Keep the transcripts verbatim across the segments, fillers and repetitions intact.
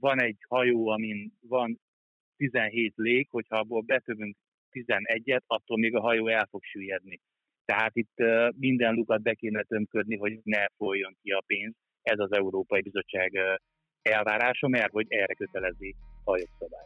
van egy hajó, amin van tizenhét lég, hogyha abból betövünk tizenegyet, attól még a hajó el fog süllyedni. Tehát itt uh, minden lukat be kéne tömködni, hogy ne folyjon ki a pénz. Ez az Európai Bizottság uh, elvárása, mert hogy erre kötelezi a jogszabály.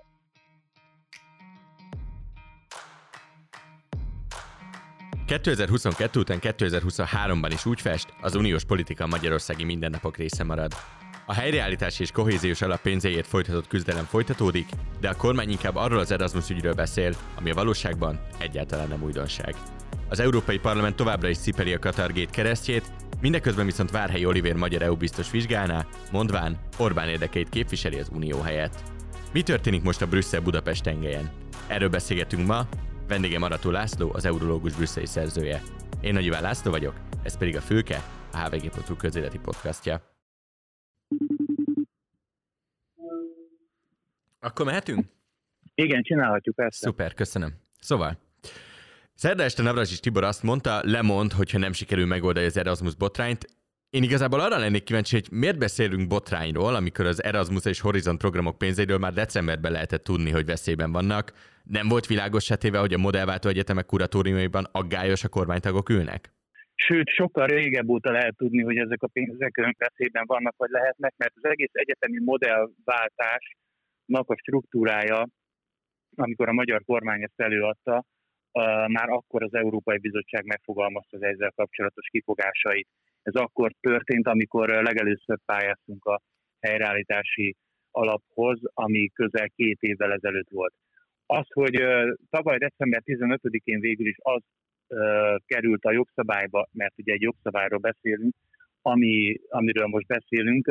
kétezer-huszonkettő után kétezer-huszonháromban is úgy fest, az uniós politika a magyarországi mindennapok része marad. A helyreállítási és kohéziós alap pénzeiért folytatott küzdelem folytatódik, de a kormány inkább arról az Erasmus ügyről beszél, ami a valóságban egyáltalán nem újdonság. Az Európai Parlament továbbra is cipeli a Katar-gate keresztjét, mindeközben viszont Várhelyi Olivér magyar é u biztos vizsgálná, mondván Orbán érdekeit képviseli az unió helyett. Mi történik most a Brüsszel-Budapest tengelyen? Erről beszélgetünk ma, vendégem Arató László, az Eurológus brüsszeli szerzője. Én Nagy Iván László vagyok, ez pedig a Fülke, a há vé gé pont hu közéleti podcastja. Akkor mehetünk? Igen, csinálhatjuk, persze. Szuper, köszönöm. Szóval, szerda este Navracsics Tibor azt mondta, lemond, hogyha nem sikerül megoldani az Erasmus botrányt. Én igazából arra lennék kíváncsi, hogy miért beszélünk botrányról, amikor az Erasmus és Horizont programok pénzeiről már decemberben lehetett tudni, hogy veszélyben vannak. Nem volt világossá téve, hogy a modellváltó egyetemek kuratóriumaiban aggályos a kormánytagok ülnek? Sőt, sokkal régebb óta lehet tudni, hogy ezek a pénzek veszélyben vannak, vagy lehetnek, mert az egész egyetemi modellváltásnak a struktúrája, amikor a magyar kormány ezt előadta, már akkor az Európai Bizottság megfogalmazta az ezzel kapcsolatos kifogásait. Ez akkor történt, amikor legelőször pályáztunk a helyreállítási alaphoz, ami közel két évvel ezelőtt volt. Az, hogy tavaly december tizenötödikén végül is az került a jogszabályba, mert ugye egy jogszabályról beszélünk, ami, amiről most beszélünk,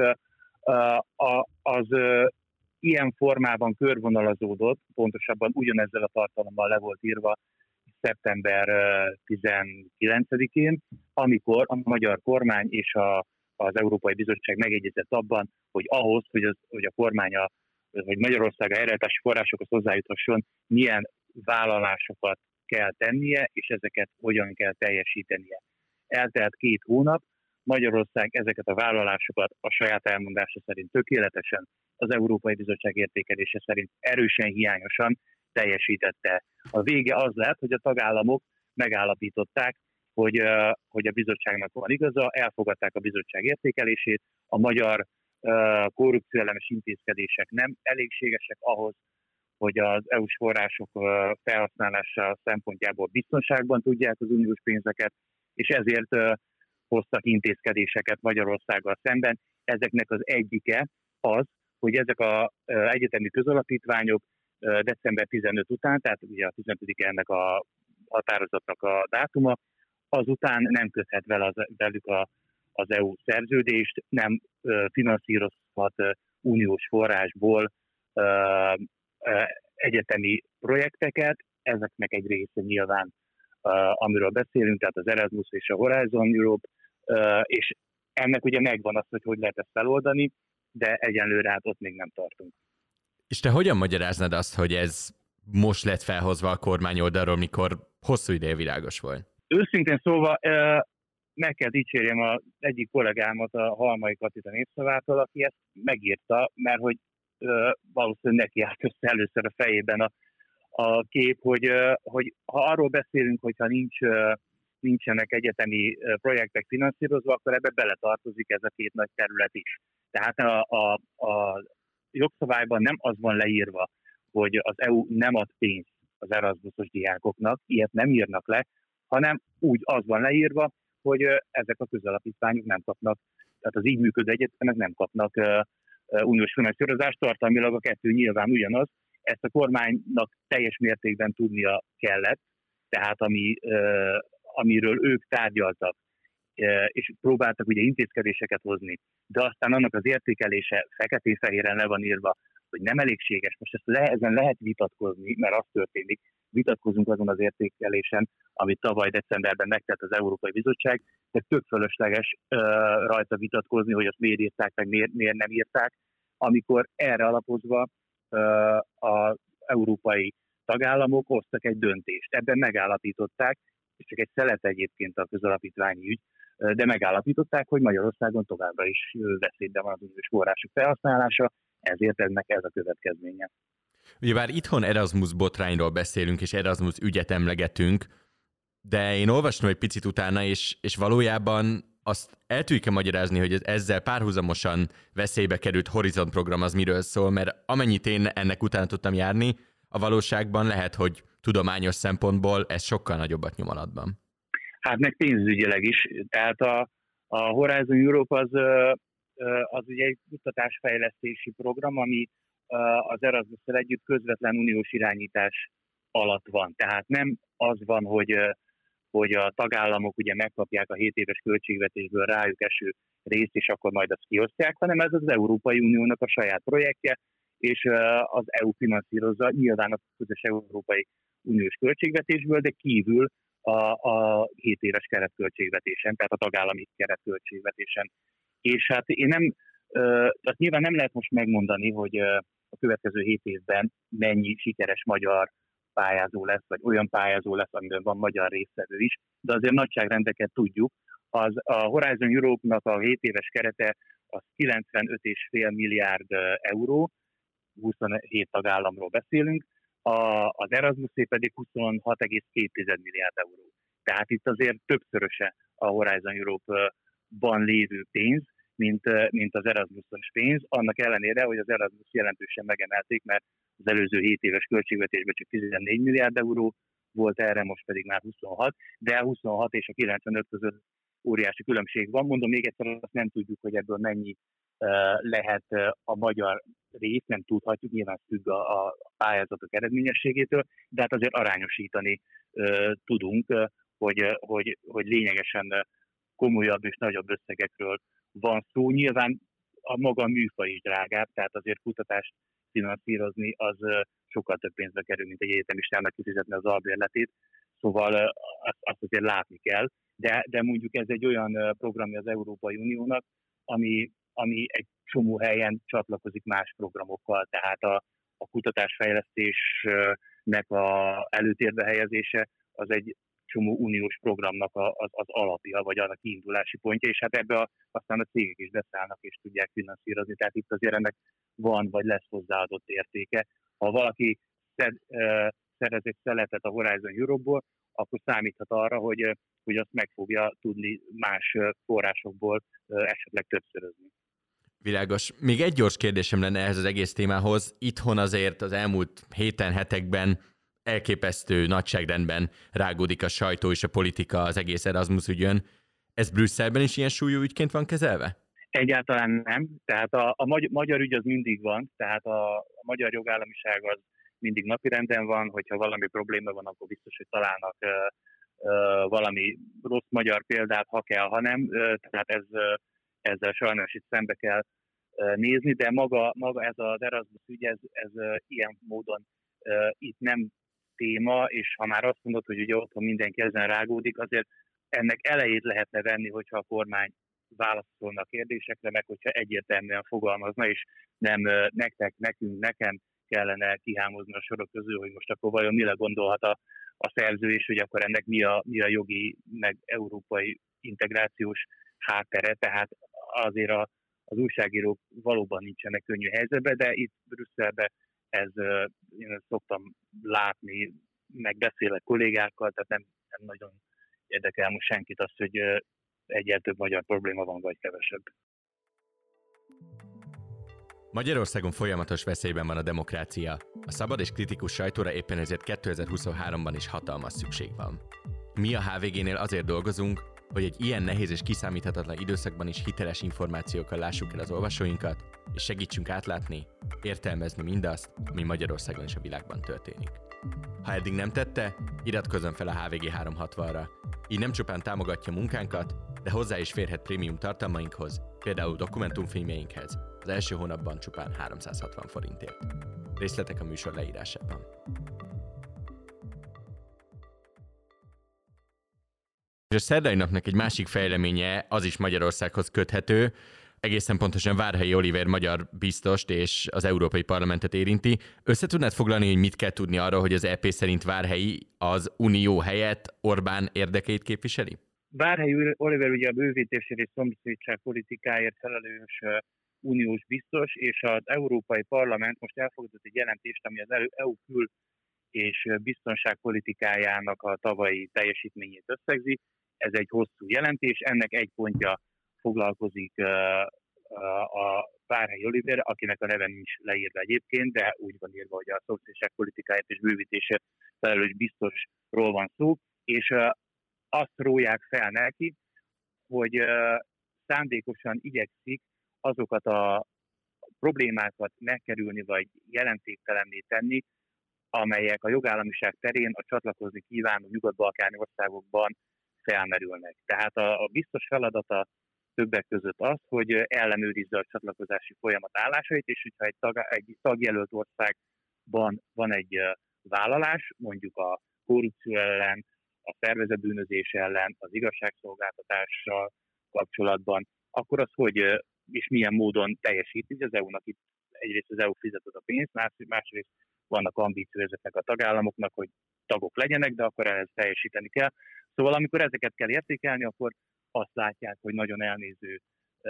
az ilyen formában körvonalazódott, pontosabban ugyanezzel a tartalommal le volt írva szeptember tizenkilencedikén, amikor a magyar kormány és a, az Európai Bizottság megegyezett abban, hogy ahhoz, hogy, az, hogy a kormány, a, hogy Magyarország a helyreállítási forrásokhoz hozzájuthasson, milyen vállalásokat kell tennie, és ezeket hogyan kell teljesítenie. Eltelt két hónap, Magyarország ezeket a vállalásokat a saját elmondása szerint tökéletesen, az Európai Bizottság értékelése szerint erősen hiányosan teljesítette. A vége az lett, hogy a tagállamok megállapították, hogy, hogy a bizottságnak van igaza, elfogadták a bizottság értékelését, a magyar korrupcióellenes intézkedések nem elégségesek ahhoz, hogy az é u-s források felhasználása szempontjából biztonságban tudják az uniós pénzeket, és ezért hoztak intézkedéseket Magyarországgal szemben. Ezeknek az egyike az, hogy ezek az egyetemi közalapítványok december tizenötödike után, tehát ugye a tizenötödike ennek a határozatnak a dátuma, azután nem köthet vele az, velük a, az é u szerződést, nem finanszírozhat uniós forrásból egyetemi projekteket, ezeknek egy része nyilván, amiről beszélünk, tehát az Erasmus és a Horizon Europe, és ennek ugye megvan az, hogy hogy lehet ezt feloldani, de egyenlőre hát ott még nem tartunk. És te hogyan magyaráznád azt, hogy ez most lett felhozva a kormány oldalról, mikor hosszú ideje világos volt? Őszintén szóval meg kell dicsérjem az egyik kollégámat, a Halmai Katita népszavától, aki ezt megírta, mert hogy valószínűleg neki állt össze először a fejében a, a kép, hogy, hogy ha arról beszélünk, hogyha nincs, nincsenek egyetemi projektek finanszírozva, akkor ebbe beletartozik ez a két nagy terület is. Tehát a, a, a jogszabályban nem az van leírva, hogy az é u nem ad pénzt az Erasmusos diákoknak, ilyet nem írnak le, hanem úgy az van leírva, hogy ezek a közalapítványok nem kapnak, tehát az így működő egyetemek nem kapnak uh, uh, uniós finanszírozást, tartalmilag a kettő nyilván ugyanaz. Ezt a kormánynak teljes mértékben tudnia kellett, tehát ami, uh, amiről ők tárgyaltak, uh, és próbáltak ugye intézkedéseket hozni, de aztán annak az értékelése feketén-fehéren le van írva, hogy nem elégséges. Most ezt le, ezen lehet vitatkozni, mert az történik, vitatkozunk azon az értékelésen, amit tavaly decemberben megtett az Európai Bizottság, de tök fölösleges uh, rajta vitatkozni, hogy azt miért írták, meg miért, miért nem írták, amikor erre alapozva uh, az európai tagállamok hoztak egy döntést. Ebben megállapították, és csak egy szelet egyébként a közalapítványi ügy, de megállapították, hogy Magyarországon továbbra is veszélyben van az uniós források felhasználása, ezért ennek ez a következménye. Ugye bár itthon Erasmus botrányról beszélünk, és Erasmus ügyet emlegetünk, de én olvastam egy picit utána, és, és valójában azt el tudjuk-e magyarázni, hogy ezzel párhuzamosan veszélybe került Horizon program az miről szól, mert amennyit én ennek utána tudtam járni, a valóságban lehet, hogy tudományos szempontból ez sokkal nagyobbat nyom alatban. Hát meg pénzügyileg is. Tehát a, a Horizon Europe az, az ugye egy kutatásfejlesztési program, ami az Erasmusszal együtt közvetlen uniós irányítás alatt van. Tehát nem az van, hogy, hogy a tagállamok ugye megkapják a hét éves költségvetésből rájuk eső részt, és akkor majd azt kiosztják, hanem ez az Európai Uniónak a saját projektje, és az é u finanszírozza nyilván a közös Európai Uniós költségvetésből, de kívül a, a hét éves keretköltségvetésen, tehát a tagállami keretköltségvetésen. És hát én nem, tehát nyilván nem lehet most megmondani, hogy a következő hét évben mennyi sikeres magyar pályázó lesz, vagy olyan pályázó lesz, amiben van magyar résztvevő is, de azért nagyságrendeket tudjuk. Az, a Horizon Europe-nak a hét éves kerete az kilencvenöt egész öt milliárd euró, huszonhét tagállamról beszélünk, a, az Erasmusé pedig huszonhat egész két milliárd euró. Tehát itt azért többszöröse a Horizon Europe-ban lévő pénz, mint, mint az Erasmus-os pénz, annak ellenére, hogy az Erasmus jelentősen megemelték, mert az előző hét éves költségvetésben csak tizennégy milliárd euró volt, erre most pedig már huszonhat, de a huszonhat és a kilencvenöt között óriási különbség van. Mondom még egyszer, azt nem tudjuk, hogy ebből mennyi uh, lehet uh, a magyar rész, nem tudhatjuk, nyilván függ a, a pályázatok eredményességétől, de hát azért arányosítani uh, tudunk, uh, hogy, uh, hogy, hogy lényegesen uh, komolyabb és nagyobb összegekről van szó. Nyilván a maga műfaj is drágább, tehát azért kutatást finanszírozni az uh, sokkal több pénzbe kerül, mint egy egyetemistának kifizetni az albérletét, szóval uh, azt, azt azért látni kell. De, de mondjuk ez egy olyan programja az Európai Uniónak, ami, ami egy csomó helyen csatlakozik más programokkal, tehát a, a kutatásfejlesztésnek a előtérbe helyezése az egy csomó uniós programnak a, az, az alapja, vagy annak kiindulási pontja, és hát ebbe a, aztán a cégek is beszállnak és tudják finanszírozni, tehát itt azért ennek van, vagy lesz hozzáadott értéke. Ha valaki szed, szerez egy szeletet a Horizon Europe-ból, akkor számíthat arra, hogy hogy azt meg fogja tudni más forrásokból esetleg többszörözni. Világos. Még egy gyors kérdésem lenne ehhez az egész témához. Itthon azért az elmúlt héten, hetekben elképesztő nagyságrendben rágódik a sajtó és a politika az egész Erasmus ügyön. Ez Brüsszelben is ilyen súlyú ügyként van kezelve? Egyáltalán nem. Tehát a, a magyar, magyar ügy az mindig van, tehát a, a magyar jogállamiság az mindig napirenden van, hogyha valami probléma van, akkor biztos, hogy találnak valami rossz magyar példát, ha kell, ha nem, tehát ez, ezzel sajnos itt szembe kell nézni, de maga, maga ez az Erasmus ügy, ez, ez ilyen módon itt nem téma, és ha már azt mondod, hogy ugye otthon mindenki ezen rágódik, azért ennek elejét lehetne venni, hogyha a kormány válaszolna a kérdésekre, meg hogyha egyértelműen fogalmazna, és nem nektek, nekünk, nekem kellene kihámozni a sorok közül, hogy most akkor vajon mire gondolhat a a szerző, és hogy akkor ennek mi a, mi a jogi, meg európai integrációs háttere, tehát azért a, az újságírók valóban nincsenek könnyű helyzetben, de itt Brüsszelben ez, én szoktam látni, meg beszélek kollégákkal, tehát nem, nem nagyon érdekel most senkit az, hogy egyel több magyar probléma van, vagy kevesebb. Magyarországon folyamatos veszélyben van a demokrácia. A szabad és kritikus sajtóra éppen ezért kétezer-huszonháromban is hatalmas szükség van. Mi a há vé génél azért dolgozunk, hogy egy ilyen nehéz és kiszámíthatatlan időszakban is hiteles információkkal lássuk el az olvasóinkat, és segítsünk átlátni, értelmezni mindazt, ami Magyarországon és a világban történik. Ha eddig nem tette, iratkozzon fel a há vé gé háromszázhatvanra. Így nem csupán támogatja munkánkat, de hozzá is férhet prémium tartalmainkhoz, például dokumentumfilmjeinkhez, az első hónapban csupán háromszázhatvan forintért. Részletek a műsor leírásában. És a szerdai napnak egy másik fejleménye az is Magyarországhoz köthető, egészen pontosan Várhelyi Olivér magyar biztost és az Európai Parlamentet érinti. Össze tudnád foglalni, hogy mit kell tudni arról, hogy az é pé szerint Várhelyi az Unió helyett Orbán érdekeit képviseli? Várhelyi Oliver ugye a bővítésért és szomszédság politikáért felelős uniós biztos, és az Európai Parlament most elfogadott egy jelentést, ami az é u kül- és biztonságpolitikájának a tavalyi teljesítményét összegzi. Ez egy hosszú jelentés, ennek egy pontja foglalkozik a Várhelyi Oliver, akinek a neve nincs leírva egyébként, de úgy van írva, hogy a szomszédságpolitikáért és bővítésért felelős biztosról van szó, és azt róják fel neki, hogy szándékosan igyekszik azokat a problémákat megkerülni, vagy jelentéktelenné tenni, amelyek a jogállamiság terén a csatlakozni kívánó nyugat-balkáni országokban felmerülnek. Tehát a, a biztos feladata többek között az, hogy ellenőrizze a csatlakozási folyamat állásait, és hogyha egy, tag, egy tagjelölt országban van egy vállalás, mondjuk a korrupció ellen, a szervezett bűnözés ellen, az igazságszolgáltatással kapcsolatban, akkor az, hogy és milyen módon teljesíti, az é u-nak itt egyrészt az é u fizetett a pénzt, másrészt vannak ambíció ezeknek a tagállamoknak, hogy tagok legyenek, de akkor ehhez teljesíteni kell. Szóval amikor ezeket kell értékelni, akkor azt látják, hogy nagyon elnéző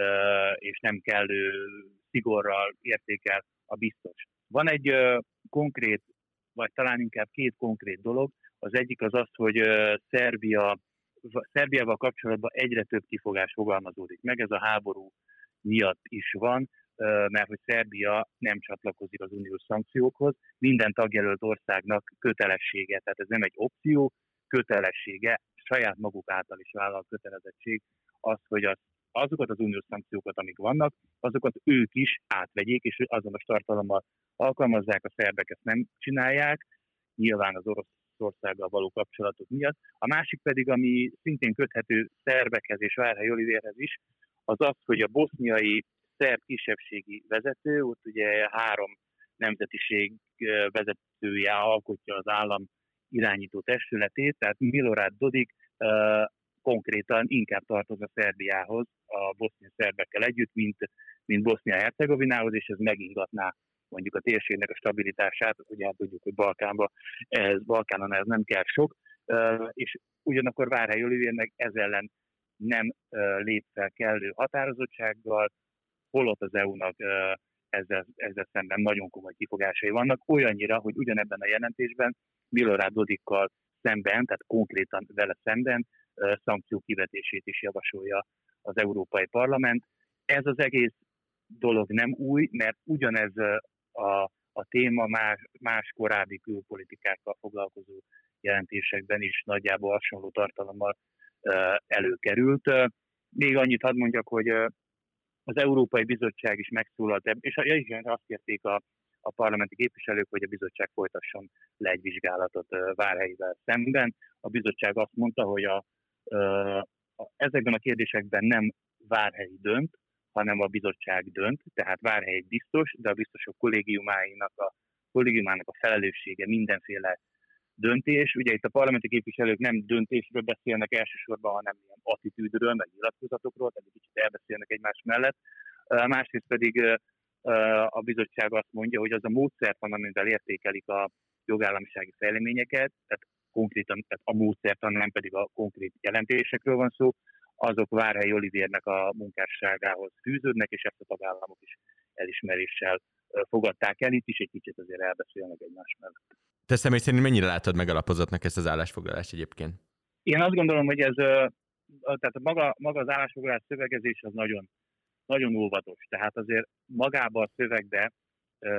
és nem kellő szigorral értékel a biztos. Van egy konkrét, vagy talán inkább két konkrét dolog. Az egyik az az, hogy Szerbia, Szerbiával kapcsolatban egyre több kifogás fogalmazódik meg. Ez a háború miatt is van, mert hogy Szerbia nem csatlakozik az uniós szankciókhoz. Minden tagjelölt országnak kötelessége, tehát ez nem egy opció, kötelessége, saját maguk által is vállal kötelezettség az, hogy az, azokat az uniós szankciókat, amik vannak, azokat ők is átvegyék, és azonos tartalommal alkalmazzák, a szerbek ezt nem csinálják, nyilván az Oroszországgal való kapcsolatok miatt. A másik pedig, ami szintén köthető szerbekhez és Várhelyi Oliverhez is, az az, hogy a boszniai szerb kisebbségi vezető, ott ugye három nemzetiség vezetője alkotja az állam irányító testületét, tehát Milorad Dodik uh, konkrétan inkább tartozik a Szerbiához, a boszniai szerbekkel együtt, mint, mint Bosznia-Hercegovinához, és ez megingatná mondjuk a térségnek a stabilitását, ugye hát tudjuk, hogy Balkánban, ez, Balkánon ez nem kell sok, uh, és ugyanakkor Várhelyi Olivernek ez ellen nem uh, lép fel kellő határozottsággal, holott az é u-nak uh, ezzel, ezzel szemben nagyon komoly kifogásai vannak, olyannyira, hogy ugyanebben a jelentésben Milorad Dodikkal szemben, tehát konkrétan vele szemben uh, szankció kivetését is javasolja az Európai Parlament. Ez az egész dolog nem új, mert ugyanez a, a téma más, más korábbi külpolitikákkal foglalkozó jelentésekben is nagyjából hasonló tartalommal uh, előkerült. Uh, még annyit hadd mondjak, hogy uh, az Európai Bizottság is megszólalt, és azt kérték a, a parlamenti képviselők, hogy a bizottság folytasson le egy vizsgálatot uh, Várhelyivel szemben. A bizottság azt mondta, hogy a, uh, a, ezekben a kérdésekben nem Várhelyi dönt, hanem a bizottság dönt, tehát Várhelyi biztos, de a biztosok kollégiumának a, kollégiumának a felelőssége mindenféle döntés. Ugye itt a parlamenti képviselők nem döntésről beszélnek elsősorban, hanem ilyen attitűdről, meg nyilatkozatokról, tehát kicsit elbeszélnek egymás mellett. Másrészt pedig a bizottság azt mondja, hogy az a módszertan, amivel értékelik a jogállamisági fejleményeket, tehát konkrétan tehát a módszertan, nem pedig a konkrét jelentésekről van szó, azok Várhelyi Olivernek a munkásságához fűződnek, és ezt a tagállamok is elismeréssel fogadták el. Itt is egy kicsit azért elbeszélnek egymás mellett. Te személy szerint mennyire látod megalapozottnak ezt az állásfoglalást egyébként? Én azt gondolom, hogy ez, tehát maga, maga az állásfoglalás szövegezés az nagyon, nagyon óvatos. Tehát azért magában a szövegben ö,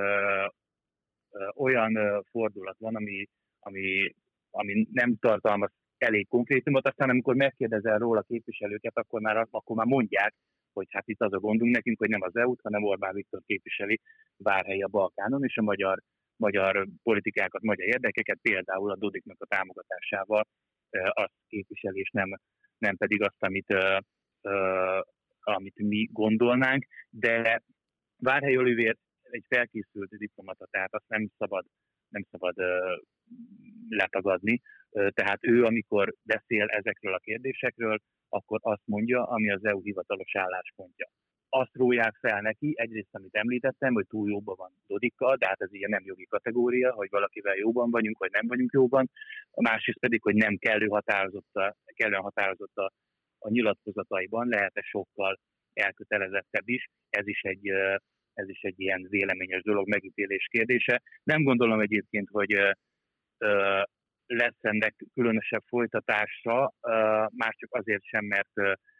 ö, olyan ö, fordulat van, ami, ami, ami nem tartalmaz elég konkrétumot, aztán amikor megkérdezel róla képviselőket, akkor már, akkor már mondják, hogy hát itt az a gondunk nekünk, hogy nem az é u-t, hanem Orbán Viktor képviseli Várhelyi a Balkánon, és a magyar, magyar politikákat, magyar érdekeket, például a Dodiknak a támogatásával azt képviseli, és nem, nem pedig azt, amit, uh, uh, amit mi gondolnánk, de Várhelyi Oliver egy felkészült diplomata, tehát azt nem szabad, nem szabad uh, letagadni. Uh, tehát ő, amikor beszél ezekről a kérdésekről, akkor azt mondja, ami az é u hivatalos álláspontja. Azt róják fel neki, egyrészt, amit említettem, hogy túl jóban van Dodikkal, de hát ez ilyen nem jogi kategória, hogy valakivel jóban vagyunk, vagy nem vagyunk jóban. A másrészt pedig, hogy nem kellő határozott a, kellően határozott a a nyilatkozataiban lehet-e sokkal elkötelezettebb is. Ez is egy, ez is egy ilyen véleményes dolog, megítélés kérdése. Nem gondolom egyébként, hogy lesz ennek különösebb folytatása, már csak azért sem, mert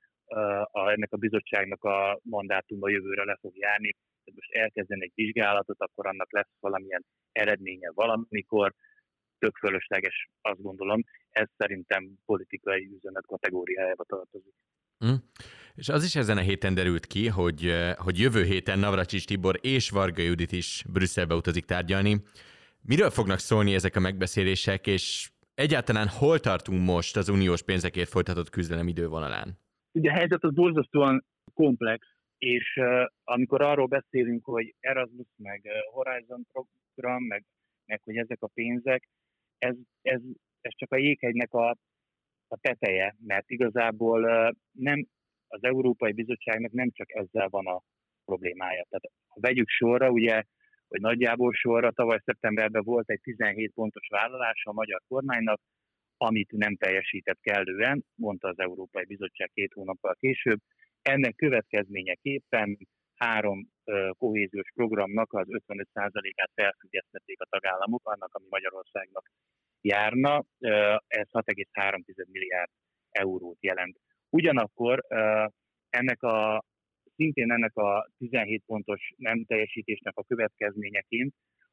a, ennek a bizottságnak a mandátuma jövőre le fog járni. Most elkezdeni egy vizsgálatot, akkor annak lesz valamilyen eredménye valamikor, tök fölösleges, azt gondolom. Ez szerintem politikai üzenet kategóriájába tartozik. Mm. És az is ezen a héten derült ki, hogy, hogy jövő héten Navracsics Tibor és Varga Judit is Brüsszelbe utazik tárgyalni. Miről fognak szólni ezek a megbeszélések, és egyáltalán hol tartunk most az uniós pénzekért folytatott küzdelem idővonalán? Ugye a helyzet az borzasztóan komplex, és uh, amikor arról beszélünk, hogy Erasmus, meg uh, Horizon program, meg, meg hogy ezek a pénzek, ez, ez, ez csak a jéghegynek a, a teteje, mert igazából uh, nem az Európai Bizottságnak nem csak ezzel van a problémája. Tehát ha vegyük sorra, ugye, hogy nagyjából sorra, tavaly szeptemberben volt egy tizenhét pontos vállalása a magyar kormánynak, amit nem teljesített kellően, mondta az Európai Bizottság két hónappal később. Ennek következményeképpen három uh, kohéziós programnak az ötvenöt százalékát felfüggesztették a tagállamok, annak, ami Magyarországnak járna. Uh, ez hat egész három milliárd eurót jelent. Ugyanakkor uh, ennek a, szintén ennek a tizenhét pontos nem teljesítésnek a következményeként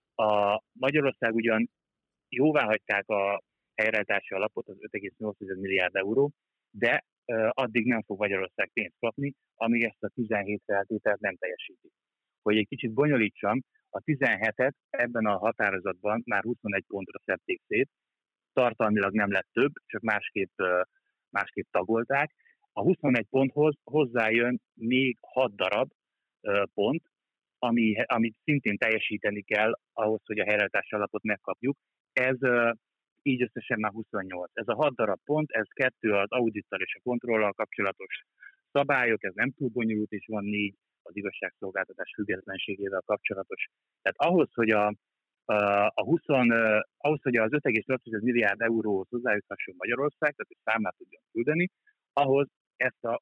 a Magyarország ugyan jóváhagyták a helyreállítási alapot, az öt egész nyolc milliárd euró, de uh, addig nem fog Magyarország pénzt kapni, amíg ezt a tizenhét feltételt nem teljesíti. Hogy egy kicsit bonyolítsam, a tizenhetet ebben a határozatban már huszonegy pontra szedték szét, tartalmilag nem lett több, csak másképp, uh, másképp tagolták. A huszonegy ponthoz hozzájön még hat darab uh, pont, ami, amit szintén teljesíteni kell ahhoz, hogy a helyreállítási alapot megkapjuk. Ez uh, így összesen már huszonnyolc. Ez a hat darab pont, ez kettő az audittal és a kontrollal kapcsolatos szabályok, ez nem túl bonyolult, és van négy az igazságszolgáltatás függetlenségével kapcsolatos. Tehát ahhoz, hogy a, a, a húsz, ahhoz, hogy az öt egész nyolc milliárd euróhoz hozzájuthasson Magyarország, tehát hogy számát tudjon küldeni, ahhoz ezt a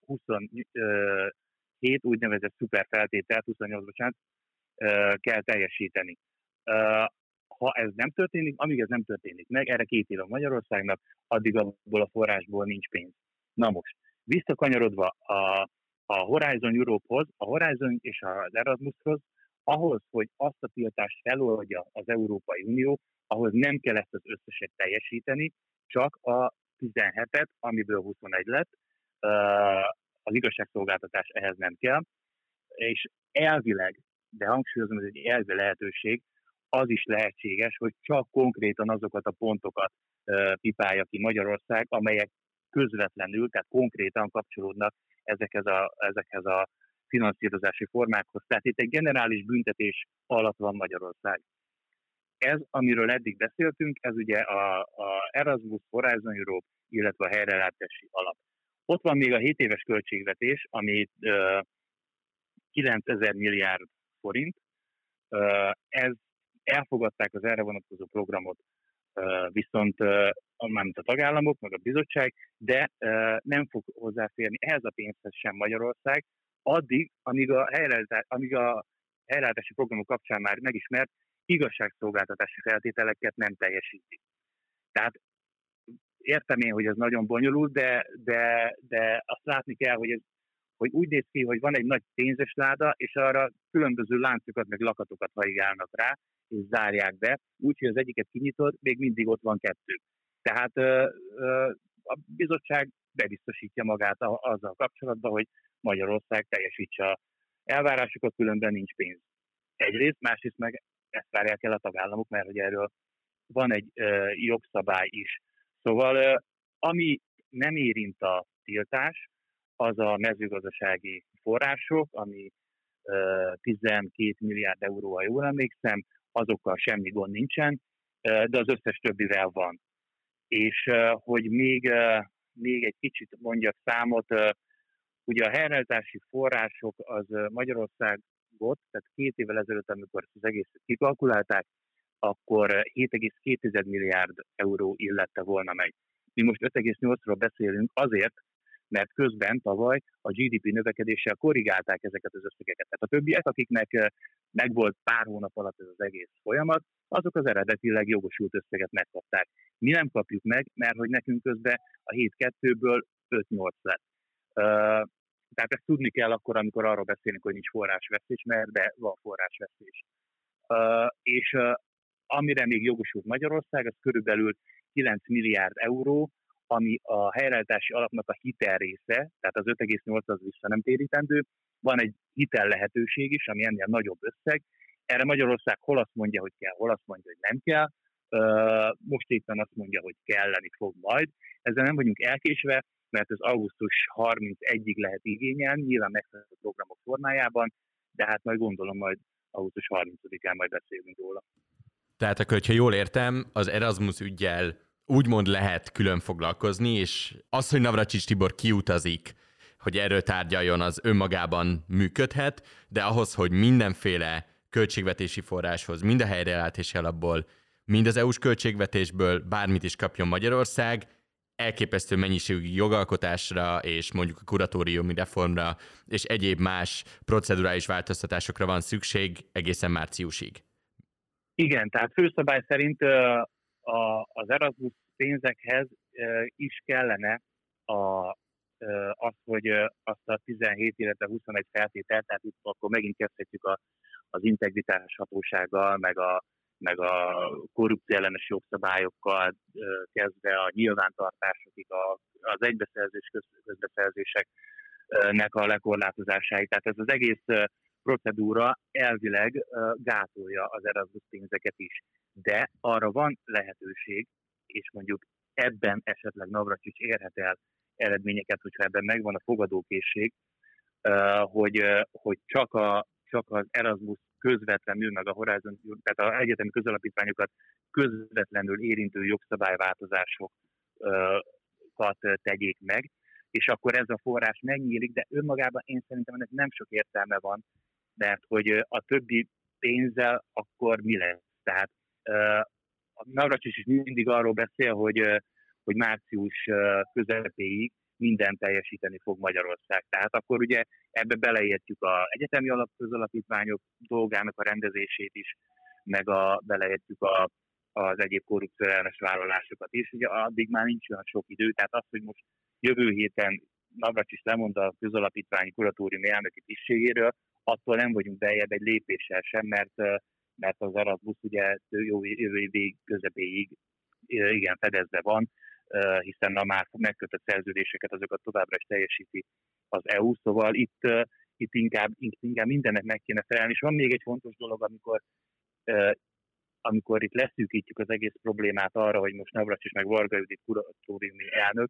huszonhét úgynevezett szuperfeltételt, huszonnyolc, bocsánat, kell teljesíteni. Ha ez nem történik, amíg ez nem történik meg, erre két év a Magyarországnak, addig abból a forrásból nincs pénz. Na most, visszakanyarodva a, a Horizon Europe-hoz, a Horizon és az Erasmushoz, ahhoz, hogy azt a tiltást feloldja az Európai Unió, ahhoz nem kell ezt az összeset teljesíteni, csak a tizenhetet, amiből huszonegy lett, az igazságszolgáltatás ehhez nem kell, és elvileg, de hangsúlyozom, ez egy elvi lehetőség, az is lehetséges, hogy csak konkrétan azokat a pontokat uh, pipálja ki Magyarország, amelyek közvetlenül, tehát konkrétan kapcsolódnak ezekhez a, ezekhez a finanszírozási formákhoz. Tehát itt egy generális büntetés alatt van Magyarország. Ez, amiről eddig beszéltünk, ez ugye a, a Erasmus, Horizon Europe, illetve a helyreállítási alap. Ott van még a hét éves költségvetés, ami uh, kilencezer milliárd forint. Uh, ez elfogadták az erre vonatkozó programot, viszont mármint a tagállamok, meg a bizottság, de nem fog hozzáférni ehhez a pénzhez sem Magyarország, addig, amíg a helyreállítási, amíg a helyreállítási programok kapcsán már megismert igazságszolgáltatási feltételeket nem teljesíti. Tehát értem én, hogy ez nagyon bonyolult, de, de, de azt látni kell, hogy, ez, hogy úgy néz ki, hogy van egy nagy pénzes láda, és arra különböző láncokat, meg lakatokat hajigálnak rá, és zárják be, úgyhogy az egyiket kinyitod, még mindig ott van kettő. Tehát ö, ö, a bizottság bebiztosítja magát a, azzal kapcsolatban, hogy Magyarország teljesítse a elvárásokat, különben nincs pénz. Egyrészt, másrészt meg ezt várják el a tagállamok, mert hogy erről van egy ö, jogszabály is. Szóval ö, ami nem érint a tiltás, az a mezőgazdasági források, ami ö, tizenkét milliárd euró, ha jól emlékszem, azokkal semmi gond nincsen, de az összes többivel van. És hogy még, még egy kicsit mondjak számot, ugye a helyreállítási források az Magyarországot, tehát két évvel ezelőtt, amikor az egészet kikalkulálták, akkor hét egész két milliárd euró illette volna meg. Mi most öt egész nyolcról beszélünk azért, mert közben tavaly a gé dé pé növekedéssel korrigálták ezeket az összegeket. Tehát a többiek, akiknek megvolt pár hónap alatt ez az egész folyamat, azok az eredetileg jogosult összeget megkapták. Mi nem kapjuk meg, mert hogy nekünk közben a hét kettőből öt nyolc lett. Uh, tehát ezt tudni kell akkor, amikor arról beszélünk, hogy nincs forrásvesztés, mert de van forrásvesztés. Uh, és uh, amire még jogosult Magyarország, az körülbelül kilenc milliárd euró, ami a helyreállítási alapnak a hitel része, tehát az öt egész nyolc az vissza nem térítendő, van egy hitel lehetőség is, ami ennél nagyobb összeg. Erre Magyarország hol azt mondja, hogy kell, hol azt mondja, hogy nem kell. Most éppen azt mondja, hogy kelleni fog majd. Ezzel nem vagyunk elkésve, mert ez augusztus harmincegyedikéig lehet igényelni, nyilván megfelelő programok formájában, de hát majd gondolom, majd augusztus harmincadikán majd beszélünk róla. Tehát akkor, hogyha jól értem, az Erasmus üggyel úgymond lehet külön foglalkozni, és az, hogy Navracsics Tibor kiutazik, hogy erről tárgyaljon, az önmagában működhet, de ahhoz, hogy mindenféle költségvetési forráshoz, mind a helyreállítási alapból, mind az é u-s költségvetésből bármit is kapjon Magyarország, elképesztő mennyiségű jogalkotásra és mondjuk a kuratóriumi reformra és egyéb más procedurális változtatásokra van szükség egészen márciusig. Igen, tehát főszabály szerint az Erasmus pénzekhez is kellene a, az, hogy azt a tizenhét, illetve huszonegy feltételt, tehát itt akkor megint kezdhetjük a, az integritás hatósággal, meg a, meg a korrupció ellenes jogszabályokkal kezdve a nyilvántartásokig, a, az egybeszerzés, közbeszerzéseknek a lekorlátozásáig. Tehát ez az egész procedúra elvileg gátolja az Erasmus pénzeket is. De arra van lehetőség, és mondjuk ebben esetleg Navracsics érhet el eredményeket, hogyha ebben megvan a fogadókészség, hogy, hogy csak, a, csak az Erasmus közvetlenül, meg a Horizon, tehát az egyetemi közalapítványokat közvetlenül érintő jogszabályváltozásokat tegyék meg, és akkor ez a forrás megnyílik, de önmagában én szerintem ennek nem sok értelme van, mert hogy a többi pénzzel akkor mi lesz? Tehát a Navracsics is mindig arról beszél, hogy, hogy március közepéig mindent teljesíteni fog Magyarország. Tehát akkor ugye ebbe beleértjük az egyetemi alapközalapítványok dolgának a rendezését is, meg a, beleértjük a, az egyéb korrupcióellenes vállalásokat is. Ugye addig már nincs olyan sok idő, tehát az, hogy most jövő héten Navracsics lemond a közalapítványi kuratóriumi elnöki tisztségéről, attól nem vagyunk beljebb egy lépéssel sem, mert, mert az Erasmus ugye jövő év közepéig igen fedezve van, hiszen a már megkötött szerződéseket azokat továbbra is teljesíti az é u, szóval itt, itt inkább, inkább mindennek meg kéne felelni. És van még egy fontos dolog, amikor, amikor itt leszűkítjük az egész problémát arra, hogy most Navracsics meg Varga Judit kuratóriumi elnök,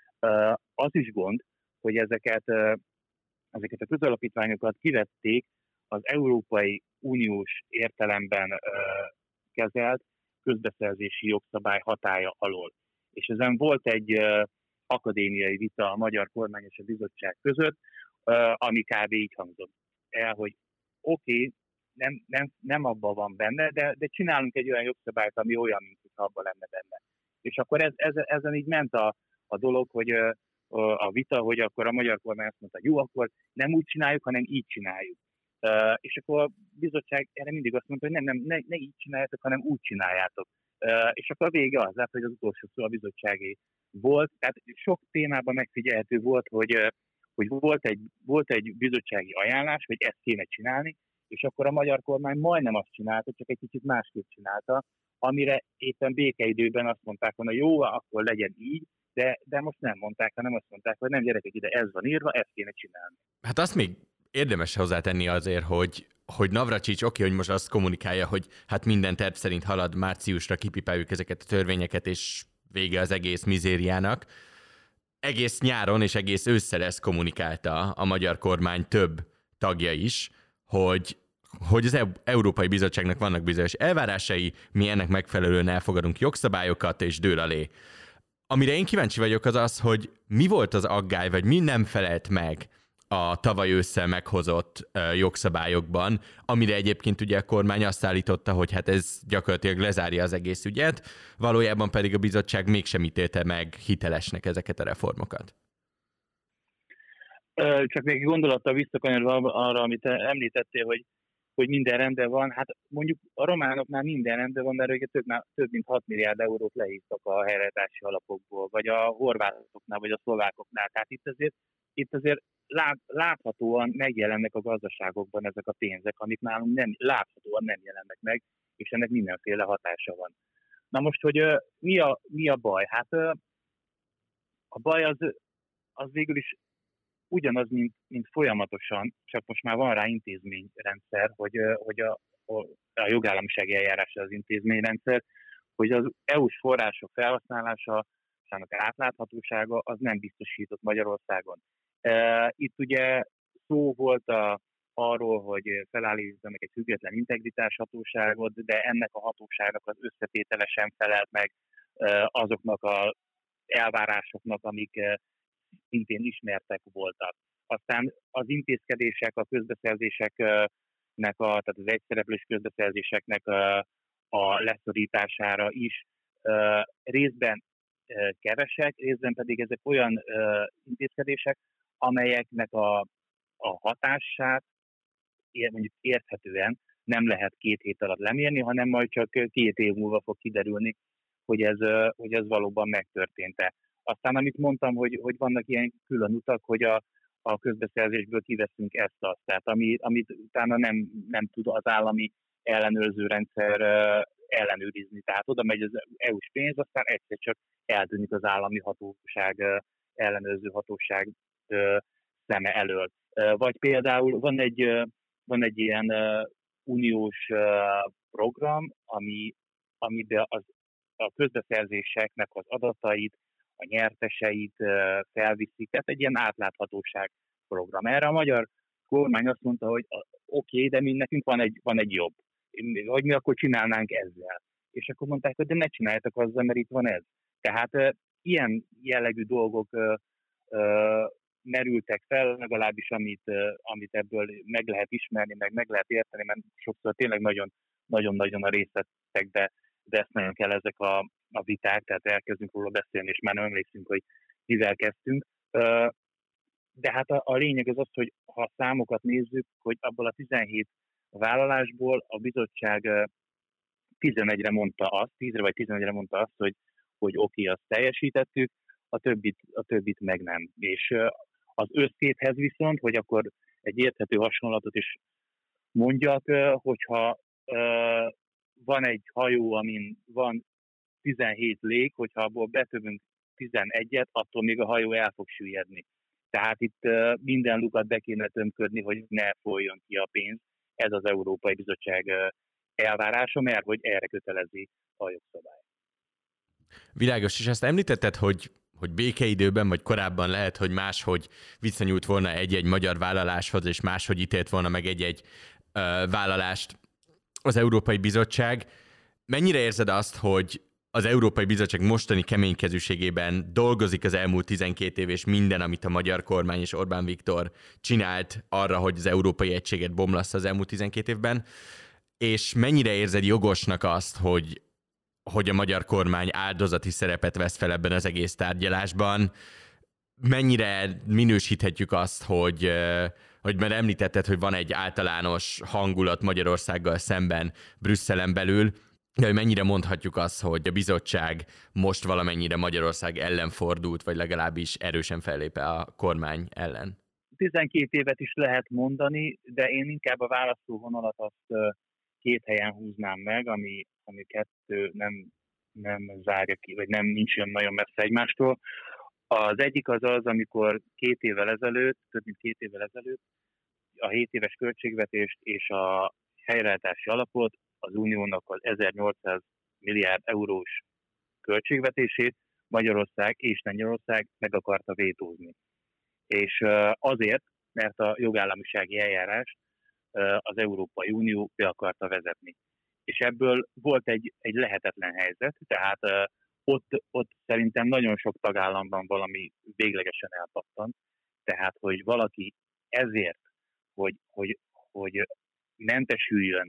az is gond, hogy ezeket, ezeket a közalapítványokat kivették az Európai Uniós értelemben kezelt közbeszerzési jogszabály hatálya alól. És ezen volt egy akadémiai vita a magyar kormány és a bizottság között, ami kb. Így hangzott el, hogy oké, okay, nem, nem, nem abban van benne, de, de csinálunk egy olyan jogszabályt, ami olyan, mint hogy abban lenne benne. És akkor ez, ez, ezen így ment a, a dolog, hogy a vita, hogy akkor a magyar kormány azt mondta, jó, akkor nem úgy csináljuk, hanem így csináljuk. Uh, és akkor a bizottság erre mindig azt mondta, hogy nem, nem, ne, ne így csináljátok, hanem úgy csináljátok. Uh, és akkor a vége az lett, hogy az utolsó szó a bizottságé volt. Tehát sok témában megfigyelhető volt, hogy, hogy volt, egy, volt egy bizottsági ajánlás, hogy ezt kéne csinálni, és akkor a magyar kormány majdnem azt csinálta, csak egy kicsit másképp csinálta, amire éppen békeidőben azt mondták volna, jó, akkor legyen így, de, de most nem mondták, hanem azt mondták, hogy nem, gyerekek, ide ez van írva, ezt kéne csinálni. Hát azt még érdemes hozzátenni azért, hogy, hogy Navracsics oké, hogy most azt kommunikálja, hogy hát minden terv szerint halad, márciusra kipipáljuk ezeket a törvényeket, és vége az egész mizériának. Egész nyáron és egész ősszel ezt kommunikálta a magyar kormány több tagja is, hogy, hogy az Európai Bizottságnak vannak bizonyos elvárásai, mi ennek megfelelően elfogadunk jogszabályokat, és dől alé. Amire én kíváncsi vagyok az az, hogy mi volt az aggály, vagy mi nem felelt meg a tavaly ősszel meghozott uh, jogszabályokban, amire egyébként ugye a kormány azt állította, hogy hát ez gyakorlatilag lezárja az egész ügyet, valójában pedig a bizottság mégsem ítélte meg hitelesnek ezeket a reformokat. Csak még gondolattal visszakanyarodva arra, amit említettél, hogy, hogy minden rendben van. Hát mondjuk a románoknál minden rendben van, mert őket több, több mint hat milliárd eurót lehívtak a helyreállítási alapokból, vagy a horvátoknál, vagy a szlovákoknál. Tehát itt azért, itt azért lát, láthatóan megjelennek a gazdaságokban ezek a pénzek, amik nálunk nem, láthatóan nem jelennek meg, és ennek mindenféle hatása van. Na most, hogy uh, mi, a, mi a baj? Hát uh, a baj az, az végül is ugyanaz, mint, mint folyamatosan, csak most már van rá intézményrendszer, hogy, hogy a, a jogállamisági eljárás az intézményrendszer, hogy az é u-s források felhasználása, és annak átláthatósága az nem biztosított Magyarországon. Itt ugye szó volt a, arról, hogy felállítanak egy független integritáshatóságot, de ennek a hatóságnak az összetétele sem felelt meg azoknak az elvárásoknak, amik szintén ismertek voltak. Aztán az intézkedések, a közbeszerzéseknek, a, tehát az egyszereplős közbeszerzéseknek a, a leszorítására is részben kevesek, részben pedig ezek olyan intézkedések, amelyeknek a, a hatását mondjuk érthetően nem lehet két hét alatt lemérni, hanem majd csak két év múlva fog kiderülni, hogy ez, hogy ez valóban megtörtént-e. Aztán, amit mondtam, hogy, hogy vannak ilyen külön utak, hogy a, a közbeszerzésből kiveszünk ezt-azt. Tehát ami, amit utána nem, nem tud az állami ellenőrző rendszer ellenőrizni. Tehát oda megy az é u-s pénz, aztán egyszer csak eltűnik az állami hatóság, ellenőrző hatóság szeme elől. Vagy például van egy, van egy ilyen uniós program, ami, amiben az, a közbeszerzéseknek az adatait, a nyerteseit felviszik, tehát egy ilyen átláthatóság program. Erre a magyar kormány azt mondta, hogy oké, okay, de mi nekünk van egy, van egy jobb, hogy mi akkor csinálnánk ezzel. És akkor mondták, hogy de ne csináljátok azzal, mert itt van ez. Tehát uh, ilyen jellegű dolgok uh, uh, merültek fel, legalábbis amit, uh, amit ebből meg lehet ismerni, meg meg lehet érteni, mert sokszor tényleg nagyon-nagyon a részletekbe vesznek kell ezek a, a viták, tehát elkezdünk róla beszélni, és már nem emlékszünk, hogy mivel kezdtünk. Uh, de hát a, a lényeg az az, hogy ha a számokat nézzük, hogy abból a tizenhét vállalásból a bizottság tizenegyre mondta azt, tízre vagy tizenegyre mondta azt, hogy, hogy oké, okay, azt teljesítettük, a többit, a többit meg nem. És az összképhez viszont, hogy akkor egy érthető hasonlatot is mondjak, hogyha van egy hajó, amin van tizenhét lég, hogyha abból betövünk tizenegyet, attól még a hajó el fog süllyedni. Tehát itt minden lukat be kéne tömködni, hogy ne folyjon ki a pénz. Ez az Európai Bizottság elvárása, mert hogy erre kötelezi a jogszabály. Világos, és ezt említetted, hogy, hogy békeidőben, vagy korábban lehet, hogy máshogy viszonyult volna egy-egy magyar vállaláshoz, és máshogy ítélt volna meg egy-egy ö, vállalást az Európai Bizottság. Mennyire érzed azt, hogy az Európai Bizottság mostani keménykezűségében dolgozik az elmúlt tizenkét év, és minden, amit a magyar kormány és Orbán Viktor csinált arra, hogy az európai egységet bomlassza az elmúlt tizenkét évben, és mennyire érzed jogosnak azt, hogy, hogy a magyar kormány áldozati szerepet vesz fel ebben az egész tárgyalásban? Mennyire minősíthetjük azt, hogy, hogy már említetted, hogy van egy általános hangulat Magyarországgal szemben Brüsszelen belül, de hogy mennyire mondhatjuk azt, hogy a bizottság most valamennyire Magyarország ellen fordult, vagy legalábbis erősen fellép a kormány ellen? tizenkét évet is lehet mondani, de én inkább a választóvonalat azt két helyen húznám meg, ami, ami kettő nem, nem zárja ki, vagy nem nincs olyan nagyon messze egymástól. Az egyik az az, amikor két évvel ezelőtt, több mint két évvel ezelőtt a hét éves költségvetést és a helyreállítási alapot, az Uniónak az ezernyolcszáz milliárd eurós költségvetését Magyarország és Lengyelország meg akarta vétózni. És azért, mert a jogállamisági eljárást az Európai Unió be akarta vezetni. És ebből volt egy, egy lehetetlen helyzet, tehát ott, ott szerintem nagyon sok tagállamban valami véglegesen elpattant, tehát hogy valaki ezért, hogy, hogy, hogy mentesüljön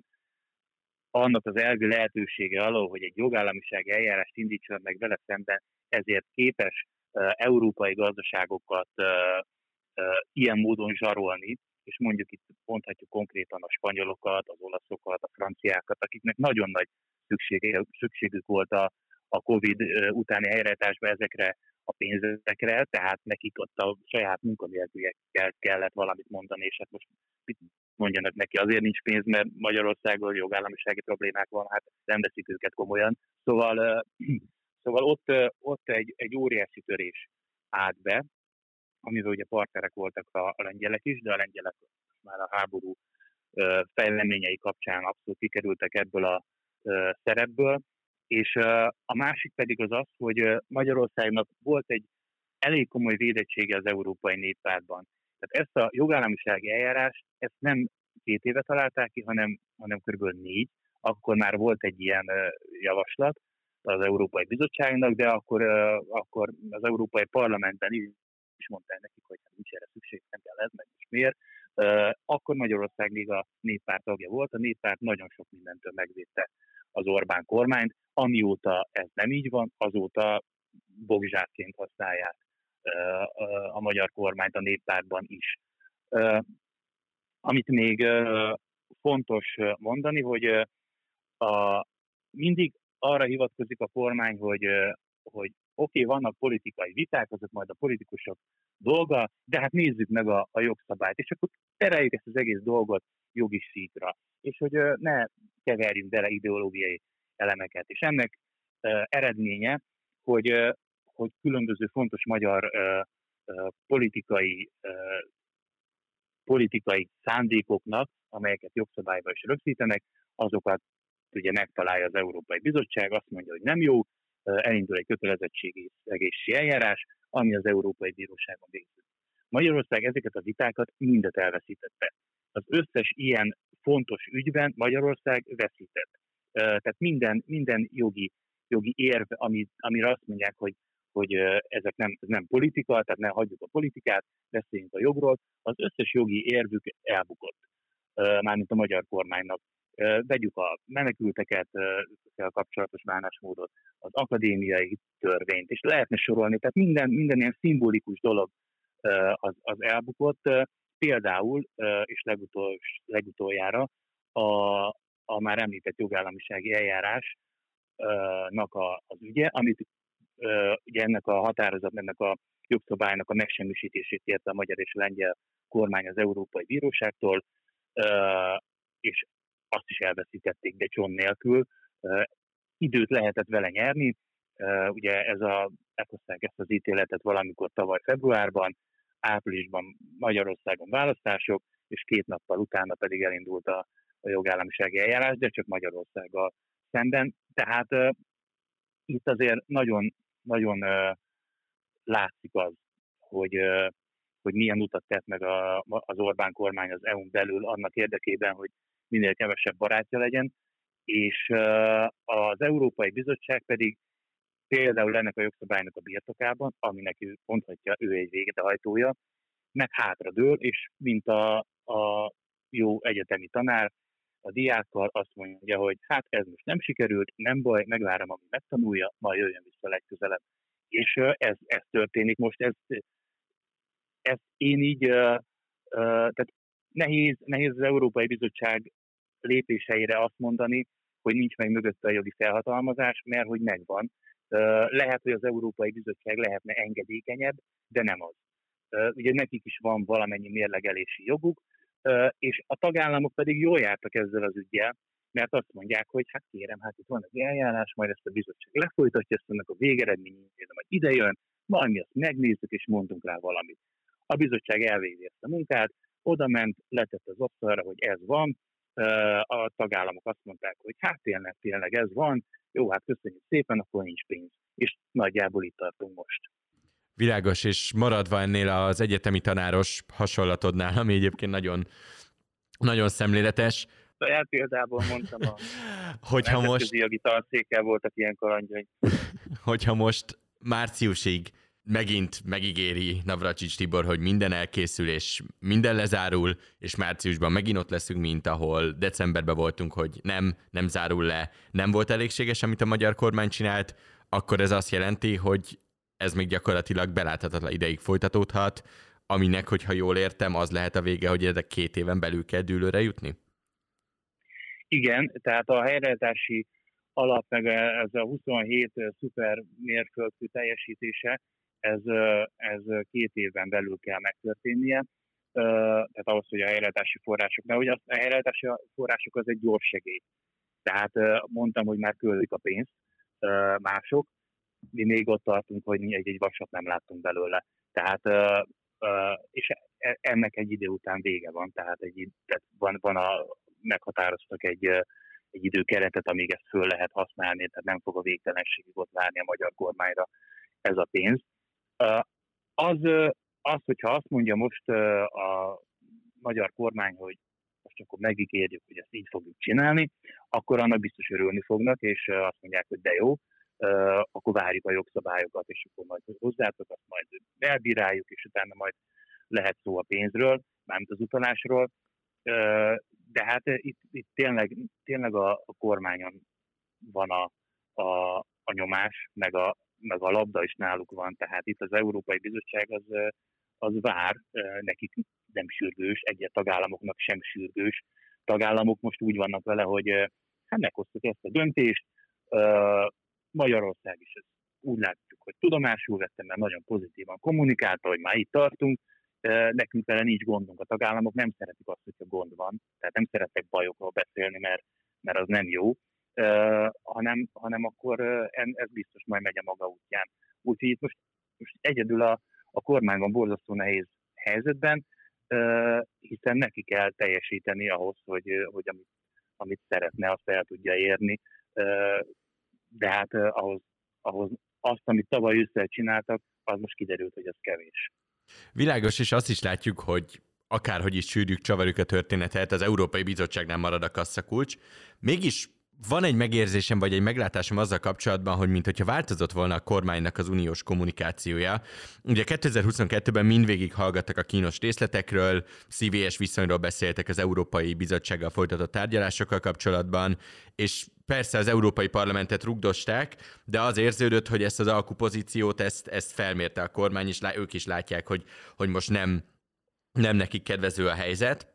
annak az elvi lehetősége alól, hogy egy jogállamisági eljárást indítson meg vele szemben, ezért képes uh, európai gazdaságokat uh, ilyen módon zsarolni, és mondjuk itt mondhatjuk konkrétan a spanyolokat, az olaszokat, a franciákat, akiknek nagyon nagy szüksége, szükségük volt a, a Covid utáni helyreállításban ezekre a pénzekre, tehát nekik ott a saját munkanélküliekkel kellett valamit mondani, és hát most mit mondjanak neki, azért nincs pénz, mert Magyarországon jogállamisági problémák van, hát nem veszik őket komolyan. Szóval, szóval ott, ott egy, egy óriási törés állt be, amivel ugye partnerek voltak a, a lengyelek is, de a lengyelek már a háború fejleményei kapcsán abszolút kikerültek ebből a szerepből, és a másik pedig az az, hogy Magyarországnak volt egy elég komoly védettsége az Európai Néppártban. Tehát ezt a jogállamisági eljárást, ezt nem két éve találták ki, hanem, hanem kb. négy. Akkor már volt egy ilyen javaslat az Európai Bizottságnak, de akkor, akkor az Európai Parlamentben is mondták nekik, hogy nincs erre szükség, nem kell ez, meg is miért. Akkor Magyarország még a Néppárt tagja volt, a Néppárt nagyon sok mindentől megvédte az Orbán kormányt, amióta ez nem így van, azóta bogzsákként használják a magyar kormányt a Néppártban is. Amit még fontos mondani, hogy a, mindig arra hivatkozik a kormány, hogy, hogy oké, okay, vannak politikai viták, azok majd a politikusok dolga, de hát nézzük meg a, a jogszabályt, és akkor tereljük ezt az egész dolgot jogi síkra, és hogy ne keverjünk bele ideológiai elemeket. És ennek eredménye, hogy, hogy különböző fontos magyar politikai, politikai szándékoknak, amelyeket jogszabályban is rögzítenek, azokat ugye megtalálja az Európai Bizottság, azt mondja, hogy nem jó, elindul egy kötelezettségszegési eljárás, ami az Európai Bíróságon végződik. Magyarország ezeket a vitákat mindet elveszítette. Az összes ilyen fontos ügyben Magyarország veszített. Tehát minden, minden jogi, jogi érv, ami, amire azt mondják, hogy, hogy ezek nem, ez nem politika, tehát ne hagyjuk a politikát, beszéljünk a jogról, az összes jogi érvük elbukott, mármint a magyar kormánynak. Vegyük a menekülteket, a kapcsolatos bánásmódot, az akadémiai törvényt, és lehetne sorolni, tehát minden, minden ilyen szimbolikus dolog az, az elbukott. Például, és legutol, legutoljára a, a már említett jogállamisági eljárásnak a, az ügye, amit ugye ennek a határozat, ennek a jogszabálynak a megsemmisítését érte a magyar és a lengyel kormány az Európai Bíróságtól, és azt is elveszítették, de cson nélkül. Időt lehetett vele nyerni, ugye ez a, meghozták ezt az ítéletet valamikor tavaly februárban, áprilisban Magyarországon választások, és két nappal utána pedig elindult a, a jogállamisági eljárás, de csak Magyarországgal szemben. Tehát uh, itt azért nagyon, nagyon uh, látszik az, hogy, uh, hogy milyen utat tett meg a, az Orbán kormány az é u-n belül annak érdekében, hogy minél kevesebb barátja legyen, és uh, az Európai Bizottság pedig például ennek a jogszabálynak a birtokában, aminek ő mondhatja, ő egy végrehajtója, meg hátradől, és mint a, a jó egyetemi tanár a diákkal azt mondja, hogy hát ez most nem sikerült, nem baj, megvárom, ami megtanulja, majd jöjjön vissza legközelebb. És ez, ez történik most, ez, ez én így, uh, uh, tehát nehéz, nehéz az Európai Bizottság lépéseire azt mondani, hogy nincs meg mögötte a jogi felhatalmazás, mert hogy megvan. Lehet, hogy az Európai Bizottság lehetne engedékenyebb, de nem az. Ugye nekik is van valamennyi mérlegelési joguk, és a tagállamok pedig jól jártak ezzel az üggyel, mert azt mondják, hogy hát kérem, hát itt van egy eljárás, majd ezt a bizottság lefolytatja, ezt ennek a végeredményét, majd ide jön, majd mi azt megnézzük, és mondunk rá valamit. A bizottság elvégzi ezt a munkát, oda ment, letett az asztalra, hogy ez van, a tagállamok azt mondták, hogy hát tényleg, tényleg ez van, jó, hát köszönjük szépen, akkor nincs pénz. És nagyjából itt tartunk most. Világos, és maradva ennél az egyetemi tanáros hasonlatodnál, ami egyébként nagyon, nagyon szemléletes. Saját példából mondtam, a hogyha most jogi tanszékkel voltak ilyen kalandjai. Hogyha most márciusig megint megígéri Navracsics Tibor, hogy minden elkészül, és minden lezárul, és márciusban megint ott leszünk, mint ahol decemberben voltunk, hogy nem, nem zárul le, nem volt elégséges, amit a magyar kormány csinált, akkor ez azt jelenti, hogy ez még gyakorlatilag beláthatatlan ideig folytatódhat, aminek, hogyha jól értem, az lehet a vége, hogy ezek két éven belül kell dűlőre jutni? Igen, tehát a helyreállítási alap, meg ez a huszonhét szuper mérföldkő teljesítése, ez, ez két évben belül kell megtörténnie. Tehát ahhoz, hogy a helyreállítási források, mert ugye a helyreállítási források az egy gyors segély. Tehát mondtam, hogy már költik a pénzt mások, mi még ott tartunk, hogy egy-egy vasat nem láttunk belőle. Tehát, és ennek egy idő után vége van, tehát, egy, tehát van, van a, meghatároztak egy, egy időkeretet, amíg ezt föl lehet használni, tehát nem fog a végtelenségig ott várni a magyar kormányra ez a pénz. Az, az, hogyha azt mondja most a magyar kormány, hogy most akkor megígérjük, hogy ezt így fogjuk csinálni, akkor annak biztos örülni fognak, és azt mondják, hogy de jó, akkor várjuk a jogszabályokat, és akkor majd hozzátok, azt majd elbíráljuk, és utána majd lehet szó a pénzről, mármint az utalásról. De hát itt, itt tényleg, tényleg a, a kormányon van a, a, a nyomás, meg a, meg a labda is náluk van, tehát itt az Európai Bizottság az, az vár, nekik nem sürgős, egyes tagállamoknak sem sürgős. Tagállamok most úgy vannak vele, hogy hát meghoztuk ezt a döntést, Magyarország is ezt úgy látjuk, hogy tudomásul vettem, mert nagyon pozitívan kommunikálta, hogy már itt tartunk, nekünk vele nincs gondunk. A tagállamok nem szeretik azt, hogyha gond van, tehát nem szeretek bajokról beszélni, mert, mert az nem jó, uh, hanem, hanem akkor uh, ez biztos majd megy a maga útján. Úgyhogy itt most, most egyedül a, a kormány van borzasztó nehéz helyzetben, uh, hiszen neki kell teljesíteni ahhoz, hogy, hogy amit, amit szeretne, azt el tudja érni, uh, de hát uh, ahhoz, ahhoz azt, amit tavaly ősszel csináltak, az most kiderült, hogy ez kevés. Világos, és azt is látjuk, hogy akárhogy is sűrjük, csavarjuk a történetet, az Európai Bizottságnál marad a kasszakulcs. Mégis van egy megérzésem, vagy egy meglátásom azzal kapcsolatban, hogy mintha változott volna a kormánynak az uniós kommunikációja. Ugye kétezer-huszonkettőben mindvégig hallgattak a kínos részletekről, szívélyes viszonyról beszéltek az Európai Bizottsággal folytatott tárgyalásokkal kapcsolatban, és persze az Európai Parlamentet rugdosták, de az érződött, hogy ezt az alkupozíciót, ezt, ezt felmérte a kormány, és ők is látják, hogy, hogy most nem, nem nekik kedvező a helyzet.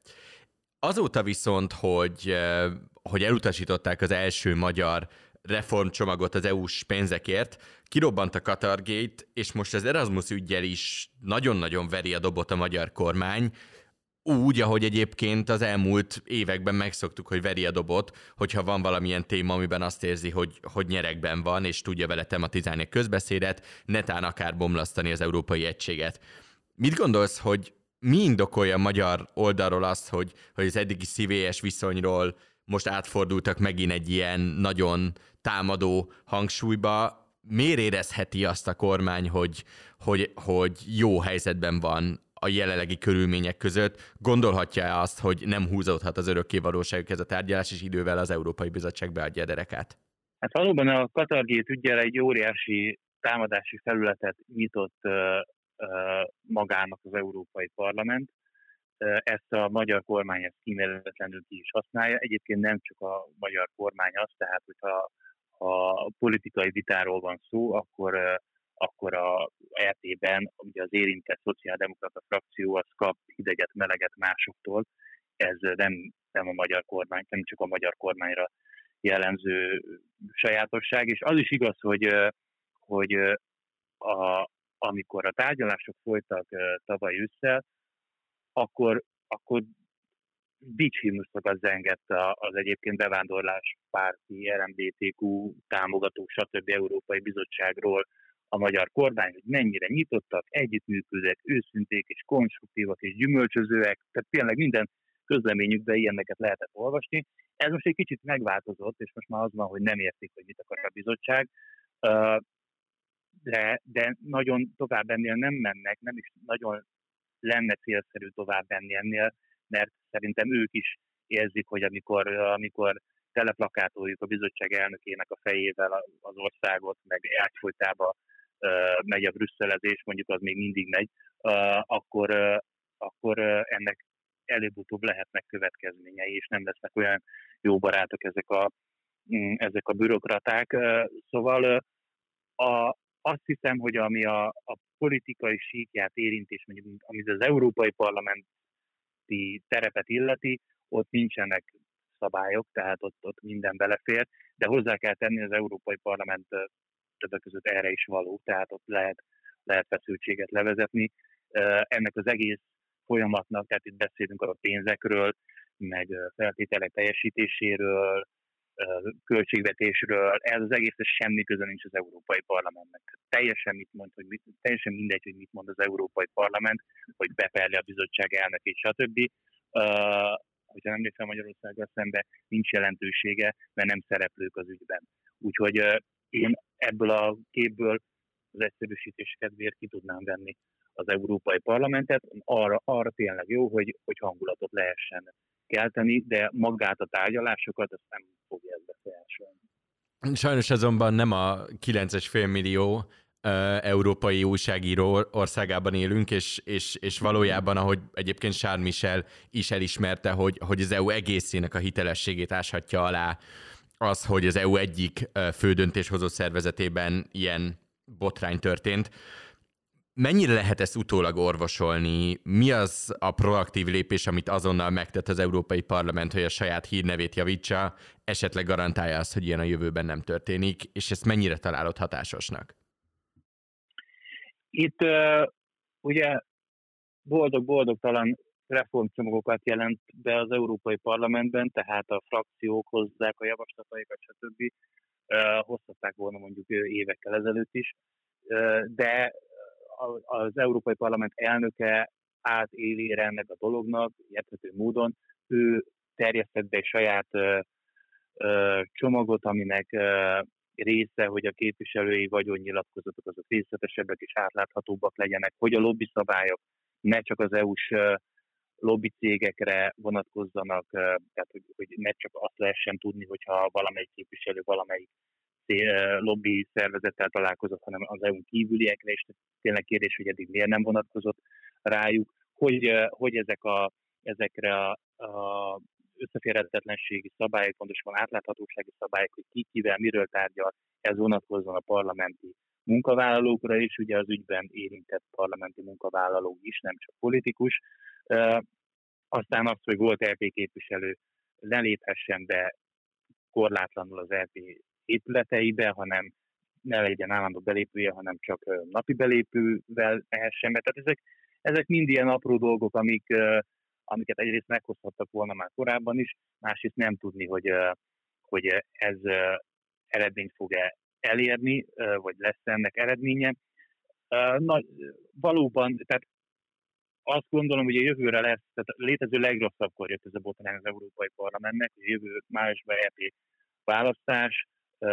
Azóta viszont, hogy, hogy elutasították az első magyar reformcsomagot az é u-s pénzekért, kirobbant a Qatargate, és most az Erasmus üggyel is nagyon-nagyon veri a dobot a magyar kormány, úgy, ahogy egyébként az elmúlt években megszoktuk, hogy veri a dobot, hogyha van valamilyen téma, amiben azt érzi, hogy, hogy nyeregben van, és tudja vele tematizálni a közbeszédet, netán akár bomlasztani az európai egységet. Mit gondolsz, hogy mi indokolja a magyar oldalról azt, hogy, hogy az eddigi szívélyes viszonyról most átfordultak megint egy ilyen nagyon támadó hangsúlyba? Miért érezheti azt a kormány, hogy, hogy, hogy jó helyzetben van a jelenlegi körülmények között? Gondolhatja-e azt, hogy nem húzódhat az örökké valóságuk ez a tárgyalás, és idővel az Európai Bizottság beadja a derekát? Hát valóban a Qatargate üggyel egy óriási támadási felületet nyitott magának az Európai Parlament. Ezt a magyar kormány ezt kíméletlenül ki is használja. Egyébként nem csak a magyar kormány az, tehát hogyha ha politikai vitáról van szó, akkor, akkor a é pé-ben ugye az érintett szociáldemokrata frakció az kap hideget, meleget másoktól. Ez nem, nem a magyar kormány, nem csak a magyar kormányra jellemző sajátosság. És az is igaz, hogy, hogy a amikor a tárgyalások folytak uh, tavaly ősszel, akkor, akkor dicshimnusztokat zengett az egyébként bevándorláspárti, er em bé té kú támogató, stb. Európai Bizottságról a magyar kormány, hogy mennyire nyitottak, együttműködőek, őszinték és konstruktívak és gyümölcsözőek, tehát tényleg minden közleményükben ilyeneket lehetett olvasni. Ez most egy kicsit megváltozott, és most már az van, hogy nem értik, hogy mit akar a bizottság. Uh, De, de nagyon tovább ennél nem mennek, nem is nagyon lenne célszerű tovább menni ennél, mert szerintem ők is érzik, hogy amikor, amikor teleplakátoljuk a bizottság elnökének a fejével az országot, meg egyfolytában uh, megy a brüsszelezés, mondjuk az még mindig megy, uh, akkor, uh, akkor uh, ennek előbb-utóbb lehetnek következményei, és nem lesznek olyan jó barátok ezek a, um, ezek a bürokraták. Uh, szóval uh, a azt hiszem, hogy ami a, a politikai síkját érinti, és mondjuk amit az Európai Parlamenti terepet illeti, ott nincsenek szabályok, tehát ott, ott minden belefér, de hozzá kell tenni, az Európai Parlament többek között erre is való, tehát ott lehet, lehet feszültséget levezetni. Ennek az egész folyamatnak, tehát itt beszélünk a pénzekről, meg feltételek teljesítéséről, költségvetésről, ez az egész semmi köze nincs az Európai Parlamentnek. Teljesen, mit mond, hogy mit, teljesen mindegy, hogy mit mond az Európai Parlament, hogy beperli a bizottság elnökét, stb. Uh, hogyha nem emlékszem, Magyarországgal szemben nincs jelentősége, mert nem szereplők az ügyben. Úgyhogy uh, én ebből a képből az egyszerűsítés kedvéért ki tudnám venni az Európai Parlamentet. Arra, arra tényleg jó, hogy, hogy hangulatot lehessen kelteni, de magát a tárgyalásokat azt nem fogja ezt befolyásolni. Sajnos azonban nem a kilenc egész öt millió uh, európai újságíró országában élünk, és, és, és valójában, ahogy egyébként Charles Michel is elismerte, hogy, hogy az é u egészének a hitelességét áshatja alá az, hogy az é u egyik uh, fő döntéshozó szervezetében ilyen botrány történt. Mennyire lehet ezt utólag orvosolni? Mi az a proaktív lépés, amit azonnal megtett az Európai Parlament, hogy a saját hírnevét javítsa, esetleg garantálja azt, hogy ilyen a jövőben nem történik, és ezt mennyire találod hatásosnak? Itt uh, ugye boldog-boldogtalan reformcsomagokat jelent be az Európai Parlamentben, tehát a frakciók hozzák a javaslataikat, stb. Uh, hoztatták volna mondjuk évekkel ezelőtt is, uh, de az Európai Parlament elnöke átélére ennek a dolognak, érthető módon, ő terjesztett be egy saját ö, ö, csomagot, aminek ö, része, hogy a képviselői vagyonnyilatkozatok azok részletesebbek és átláthatóbbak legyenek, hogy a lobbyszabályok ne csak az é u-s lobby cégekre vonatkozzanak, tehát hogy, hogy ne csak azt lehessen tudni, hogyha valamelyik képviselő valamelyik lobby szervezettel találkozott, hanem az é u-n kívüliekre, és tényleg kérdés, hogy eddig miért nem vonatkozott rájuk, hogy, hogy ezek a, ezekre a, a összeférhetetlenségi szabályok, pontosabban átláthatósági szabályok, hogy ki kivel, miről tárgyal, ez vonatkozzon a parlamenti munkavállalókra is, ugye az ügyben érintett parlamenti munkavállalók is, nem csak politikus. Aztán azt, hogy volt é pé képviselő, ne léphessen be korlátlanul az é pé épületeibe, hanem ne legyen állandó belépője, hanem csak napi belépővel mehessen be. Tehát ezek, ezek mind ilyen apró dolgok, amik, amiket egyrészt meghozhattak volna már korábban is, másrészt nem tudni, hogy, hogy ez eredményt fog-e elérni, vagy lesz ennek eredménye. Na, valóban, tehát azt gondolom, hogy a jövőre lesz, tehát a létező legrosszabbkor jött ez a botrány az Európai Parlamentnek, a jövő májusban é pé választás.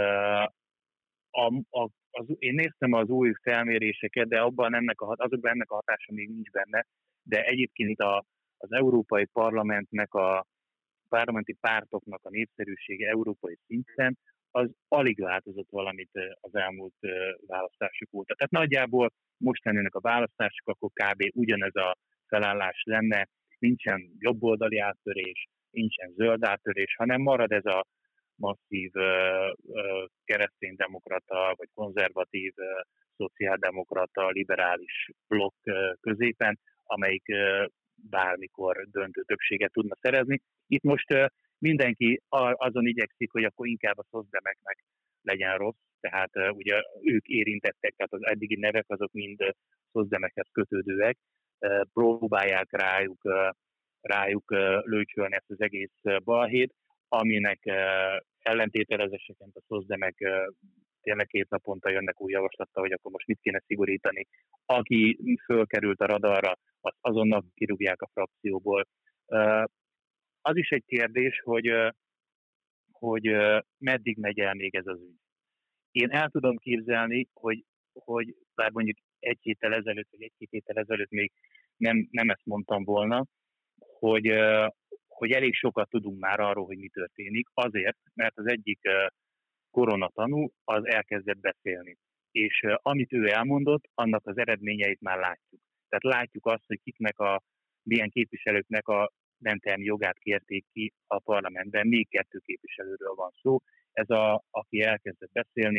A, a, az, én néztem az új felméréseket, de abban ennek a, azokban ennek a hatása még nincs benne, de egyébként itt a, az Európai Parlamentnek, a parlamenti pártoknak a népszerűsége európai szinten, az alig változott valamit az elmúlt választások óta. Tehát nagyjából most lennének a választások, akkor kb. Ugyanez a felállás lenne, nincsen jobboldali áttörés, nincsen zöld áttörés, hanem marad ez a masszív uh, uh, kereszténydemokrata, vagy konzervatív, uh, szociáldemokrata, liberális blokk uh, középen, amelyik uh, bármikor döntő többséget tudna szerezni. Itt most uh, mindenki azon igyekszik, hogy akkor inkább a szozdemeknek legyen rossz, tehát uh, ugye ők érintettek, tehát az eddigi nevek azok mind uh, szozdemekhez kötődőek, uh, próbálják rájuk, uh, rájuk uh, lőcsölni ezt az egész uh, balhét, aminek uh, ellentételezéseket a szozdemek uh, tényleg két naponta jönnek új javaslata, hogy akkor most mit kéne szigorítani. Aki fölkerült a radarra, azt azonnal kirúgják a frakcióból. Uh, az is egy kérdés, hogy, uh, hogy uh, meddig megy el még ez az ügy. Én el tudom képzelni, hogy, hogy bár mondjuk egy héttel ezelőtt, vagy egy-két héttel ezelőtt még nem, nem ezt mondtam volna, hogy uh, hogy elég sokat tudunk már arról, hogy mi történik, azért, mert az egyik koronatanú az elkezdett beszélni. És amit ő elmondott, annak az eredményeit már látjuk. Tehát látjuk azt, hogy kiknek a, milyen képviselőknek a mentelmi jogát kérték ki a parlamentben, még kettő képviselőről van szó. Ez a, aki elkezdett beszélni,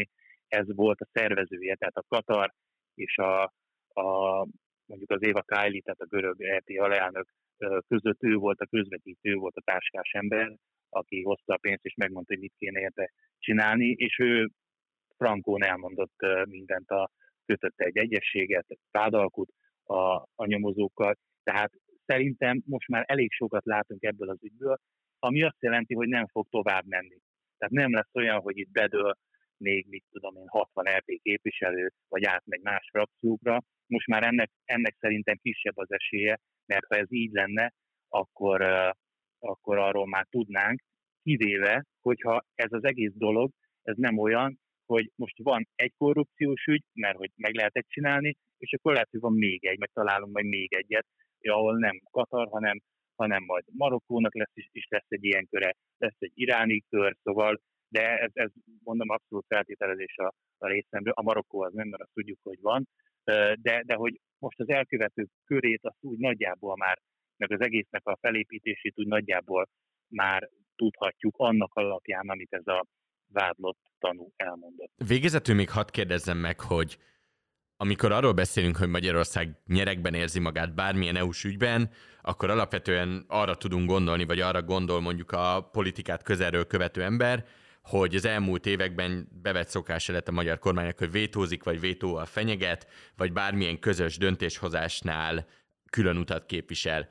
ez volt a szervezője, tehát a Katar és a, a mondjuk az Eva Kaili, tehát a görög é pé alelnök között ő volt a közvetítő, volt a táskás ember, aki hozta a pénzt és megmondta, hogy mit kéne érte csinálni, és ő frankón elmondott mindent, a, kötötte egy egyességet, egy vádalkut a, a nyomozókkal, tehát szerintem most már elég sokat látunk ebből az ügyből, ami azt jelenti, hogy nem fog tovább menni. Tehát nem lesz olyan, hogy itt bedől még, mit tudom én, hatvan é pé képviselő, vagy átmegy más frakciókra. Most már ennek, ennek szerintem kisebb az esélye, mert ha ez így lenne, akkor, uh, akkor arról már tudnánk, kivéve, hogyha ez az egész dolog, ez nem olyan, hogy most van egy korrupciós ügy, mert hogy meg lehet egy csinálni, és akkor lehet, hogy van még egy, meg találunk majd még egyet, ahol nem Katar, hanem, hanem majd Marokkónak lesz is, is lesz egy ilyen köre, lesz egy iráni kör, szóval, de ez, ez mondom abszolút feltételezés a, a részemről. A Marokkó az nem, mert azt tudjuk, hogy van, de, de hogy most az elkövetők körét azt úgy nagyjából már, meg az egésznek a felépítését úgy nagyjából már tudhatjuk annak alapján, amit ez a vádlott tanú elmondott. Végezetül még hadd kérdezzem meg, hogy amikor arról beszélünk, hogy Magyarország nyeregben érzi magát bármilyen é u-s ügyben, akkor alapvetően arra tudunk gondolni, vagy arra gondol mondjuk a politikát közelről követő ember, hogy az elmúlt években bevett szokása lett a magyar kormánynak, hogy vétózik, vagy vétóval fenyeget, vagy bármilyen közös döntéshozásnál külön utat képvisel.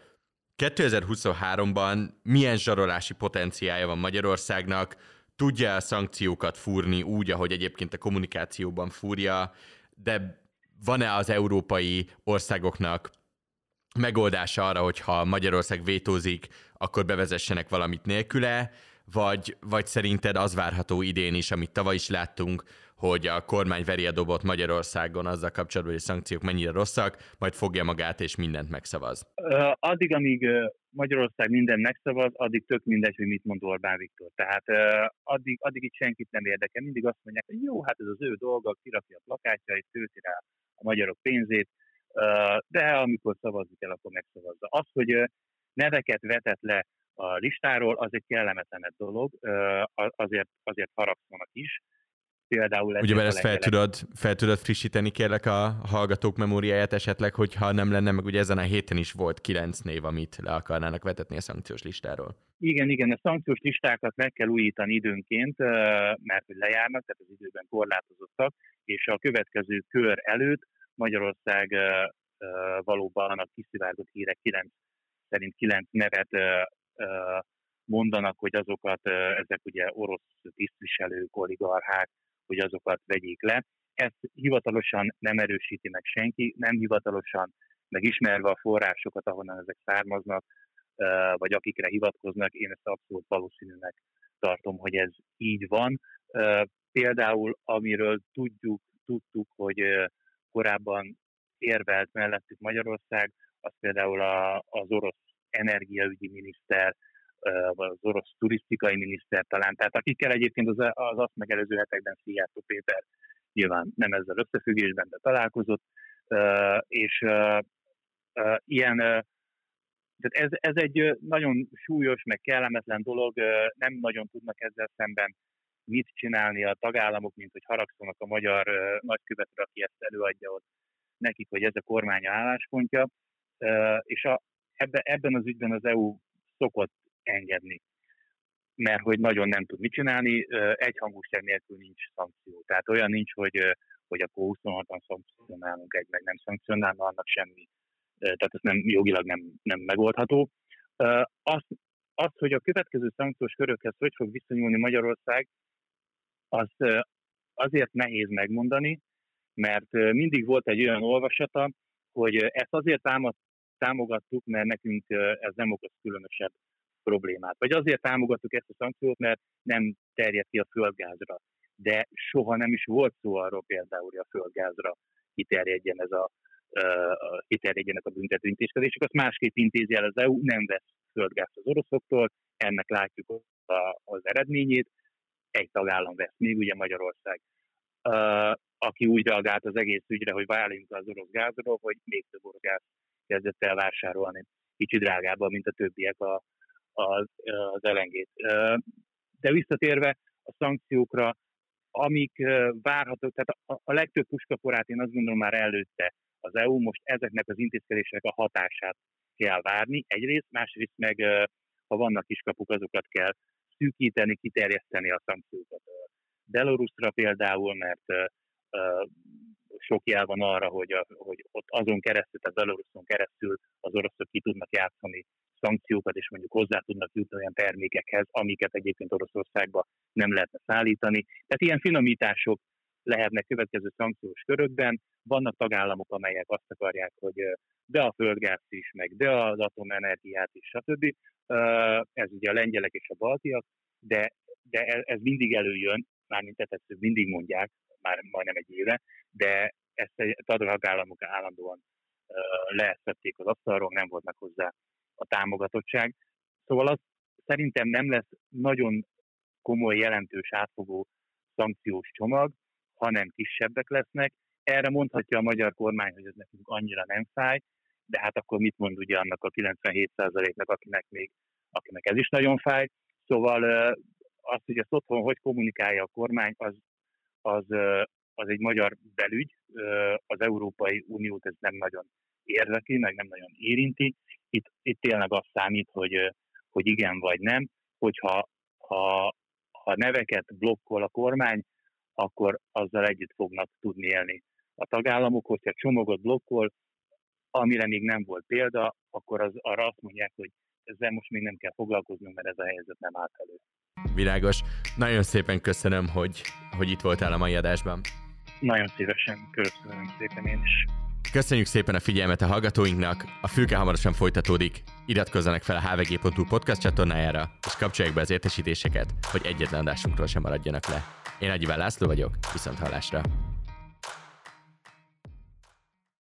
kétezer-huszonháromban milyen zsarolási potenciálja van Magyarországnak? Tudja a szankciókat fúrni úgy, ahogy egyébként a kommunikációban fúrja, de van-e az európai országoknak megoldása arra, hogyha Magyarország vétózik, akkor bevezessenek valamit nélküle, vagy, vagy szerinted az várható idén is, amit tavaly is láttunk, hogy a kormány veri a dobot Magyarországon azzal kapcsolatban, hogy a szankciók mennyire rosszak, majd fogja magát és mindent megszavaz? Uh, addig, amíg uh, Magyarország mindent megszavaz, addig tök mindegy, hogy mit mond Orbán Viktor. Tehát uh, addig, addig itt senkit nem érdekel. Mindig azt mondják, hogy jó, hát ez az ő dolga, kirakja a plakátjait, tölti rá a magyarok pénzét, uh, de amikor szavazni kell, akkor megszavazza. Az, hogy uh, neveket vetett le a listáról, az egy kellemetlenebb dolog, uh, azért, azért haragszanak is. Például ugyebár ezt fel tudod, fel tudod frissíteni, kérlek, a hallgatók memóriáját esetleg, hogyha nem lenne, meg ugye ezen a héten is volt kilenc név, amit le akarnának vetetni a szankciós listáról. Igen, igen, a szankciós listákat meg kell újítani időnként, mert hogy lejárnak, tehát az időben korlátozottak, és a következő kör előtt Magyarország valóban a kiszivárgott hírek kilenc, szerint kilenc nevet mondanak, hogy azokat, ezek ugye orosz tisztviselők, oligarchák, hogy azokat vegyék le. Ezt hivatalosan nem erősíti meg senki, nem hivatalosan megismerve a forrásokat, ahonnan ezek származnak, vagy akikre hivatkoznak, én ezt abszolút valószínűnek tartom, hogy ez így van. Például, amiről tudjuk, tudtuk, hogy korábban érvelt mellettük Magyarország, az például az orosz energiaügyi miniszter, vagy az orosz turisztikai miniszter talán, tehát akikkel egyébként az, az azt megelőző hetekben Szijjártó Péter nyilván nem ezzel összefüggésben, de találkozott, és ilyen, tehát ez, ez egy nagyon súlyos, meg kellemetlen dolog, nem nagyon tudnak ezzel szemben mit csinálni a tagállamok, mint hogy haragszanak a magyar nagykövetre, aki ezt előadja ott nekik, hogy ez a kormány álláspontja, és a, ebbe, ebben az ügyben az é u szokott engedni, mert hogy nagyon nem tud mit csinálni, egyhangúság nélkül nincs szankció. Tehát olyan nincs, hogy, hogy akkor huszonhatan szankcionálunk, egy meg nem szankcionálna, annak semmi, tehát ez nem, jogilag nem, nem megoldható. Az, az, hogy a következő szankciós körökhez hogy fog viszonyulni Magyarország, az azért nehéz megmondani, mert mindig volt egy olyan olvasata, hogy ezt azért támad, támogattuk, mert nekünk ez nem okoz különösebb problémát. Vagy azért támogattuk ezt a szankciót, mert nem terjed ki a földgázra. De soha nem is volt szó arról például, hogy a földgázra kiterjedjen ez a, a, kiterjedjenek a büntetőintézkedések. Azt másképp intézi el az é u, nem vesz földgázt az oroszoktól, ennek látjuk a, az eredményét, egy tagállam vesz még, ugye Magyarország, uh, aki úgy reagált az egész ügyre, hogy váljunk az orosz gázról, hogy még több orosz gáz kezdett el vásárolni, kicsit drágábban, mint a többiek a, a, az el en gét. Uh, de visszatérve a szankciókra, amik várhatók, tehát a, a legtöbb puskaporát én azt gondolom már előtte az é u, most ezeknek az intézkedéseknek a hatását kell várni egyrészt, másrészt meg ha vannak kiskapuk, azokat kell szűkíteni, kiterjeszteni a szankciókat. Belarusra például, mert sok jel van arra, hogy, a, hogy ott azon keresztül, tehát Belaruson keresztül az oroszok ki tudnak játszani szankciókat, és mondjuk hozzá tudnak jutni olyan termékekhez, amiket egyébként Oroszországba nem lehetne szállítani. Tehát ilyen finomítások lehetnek következő szankciós körökben. Vannak tagállamok, amelyek azt akarják, hogy de a földgáz is, meg de az atomenergiát is, stb. Ez ugye a lengyelek és a baltiak, de, de ez mindig előjön, mármint tehát ezt mindig mondják, már majdnem egy éve, de ezt a tagállamok állandóan leeszették az asztalról, nem voltak hozzá a támogatottság. Szóval az szerintem nem lesz nagyon komoly, jelentős, átfogó szankciós csomag, hanem kisebbek lesznek. Erre mondhatja a magyar kormány, hogy ez nekünk annyira nem fáj, de hát akkor mit mond ugye annak a kilencvenhét százaléknak, akinek még, akinek ez is nagyon fáj. Szóval azt, hogy ezt otthon hogy kommunikálja a kormány, az, az, az egy magyar belügy. Az Európai Uniót ez nem nagyon érdekli, meg nem nagyon érinti. Itt, itt tényleg az számít, hogy, hogy igen vagy nem, hogyha ha, ha neveket blokkol a kormány, akkor azzal együtt fognak tudni élni a tagállamok, hogyha csomagot blokkol, amire még nem volt példa, akkor az, arra azt mondják, hogy ezzel most még nem kell foglalkoznunk, mert ez a helyzet nem állt elő. Világos. Nagyon szépen köszönöm, hogy, hogy itt voltál a mai adásban. Nagyon szívesen, köszönöm szépen én is. Köszönjük szépen a figyelmet a hallgatóinknak, a Fülke hamarosan folytatódik. Iratkozzanak fel a há vé gé pont hu podcast csatornájára, és kapcsolják be az értesítéseket, hogy egyetlen adásunkról sem maradjanak le. Én Nagy Iván László vagyok, viszont hallásra.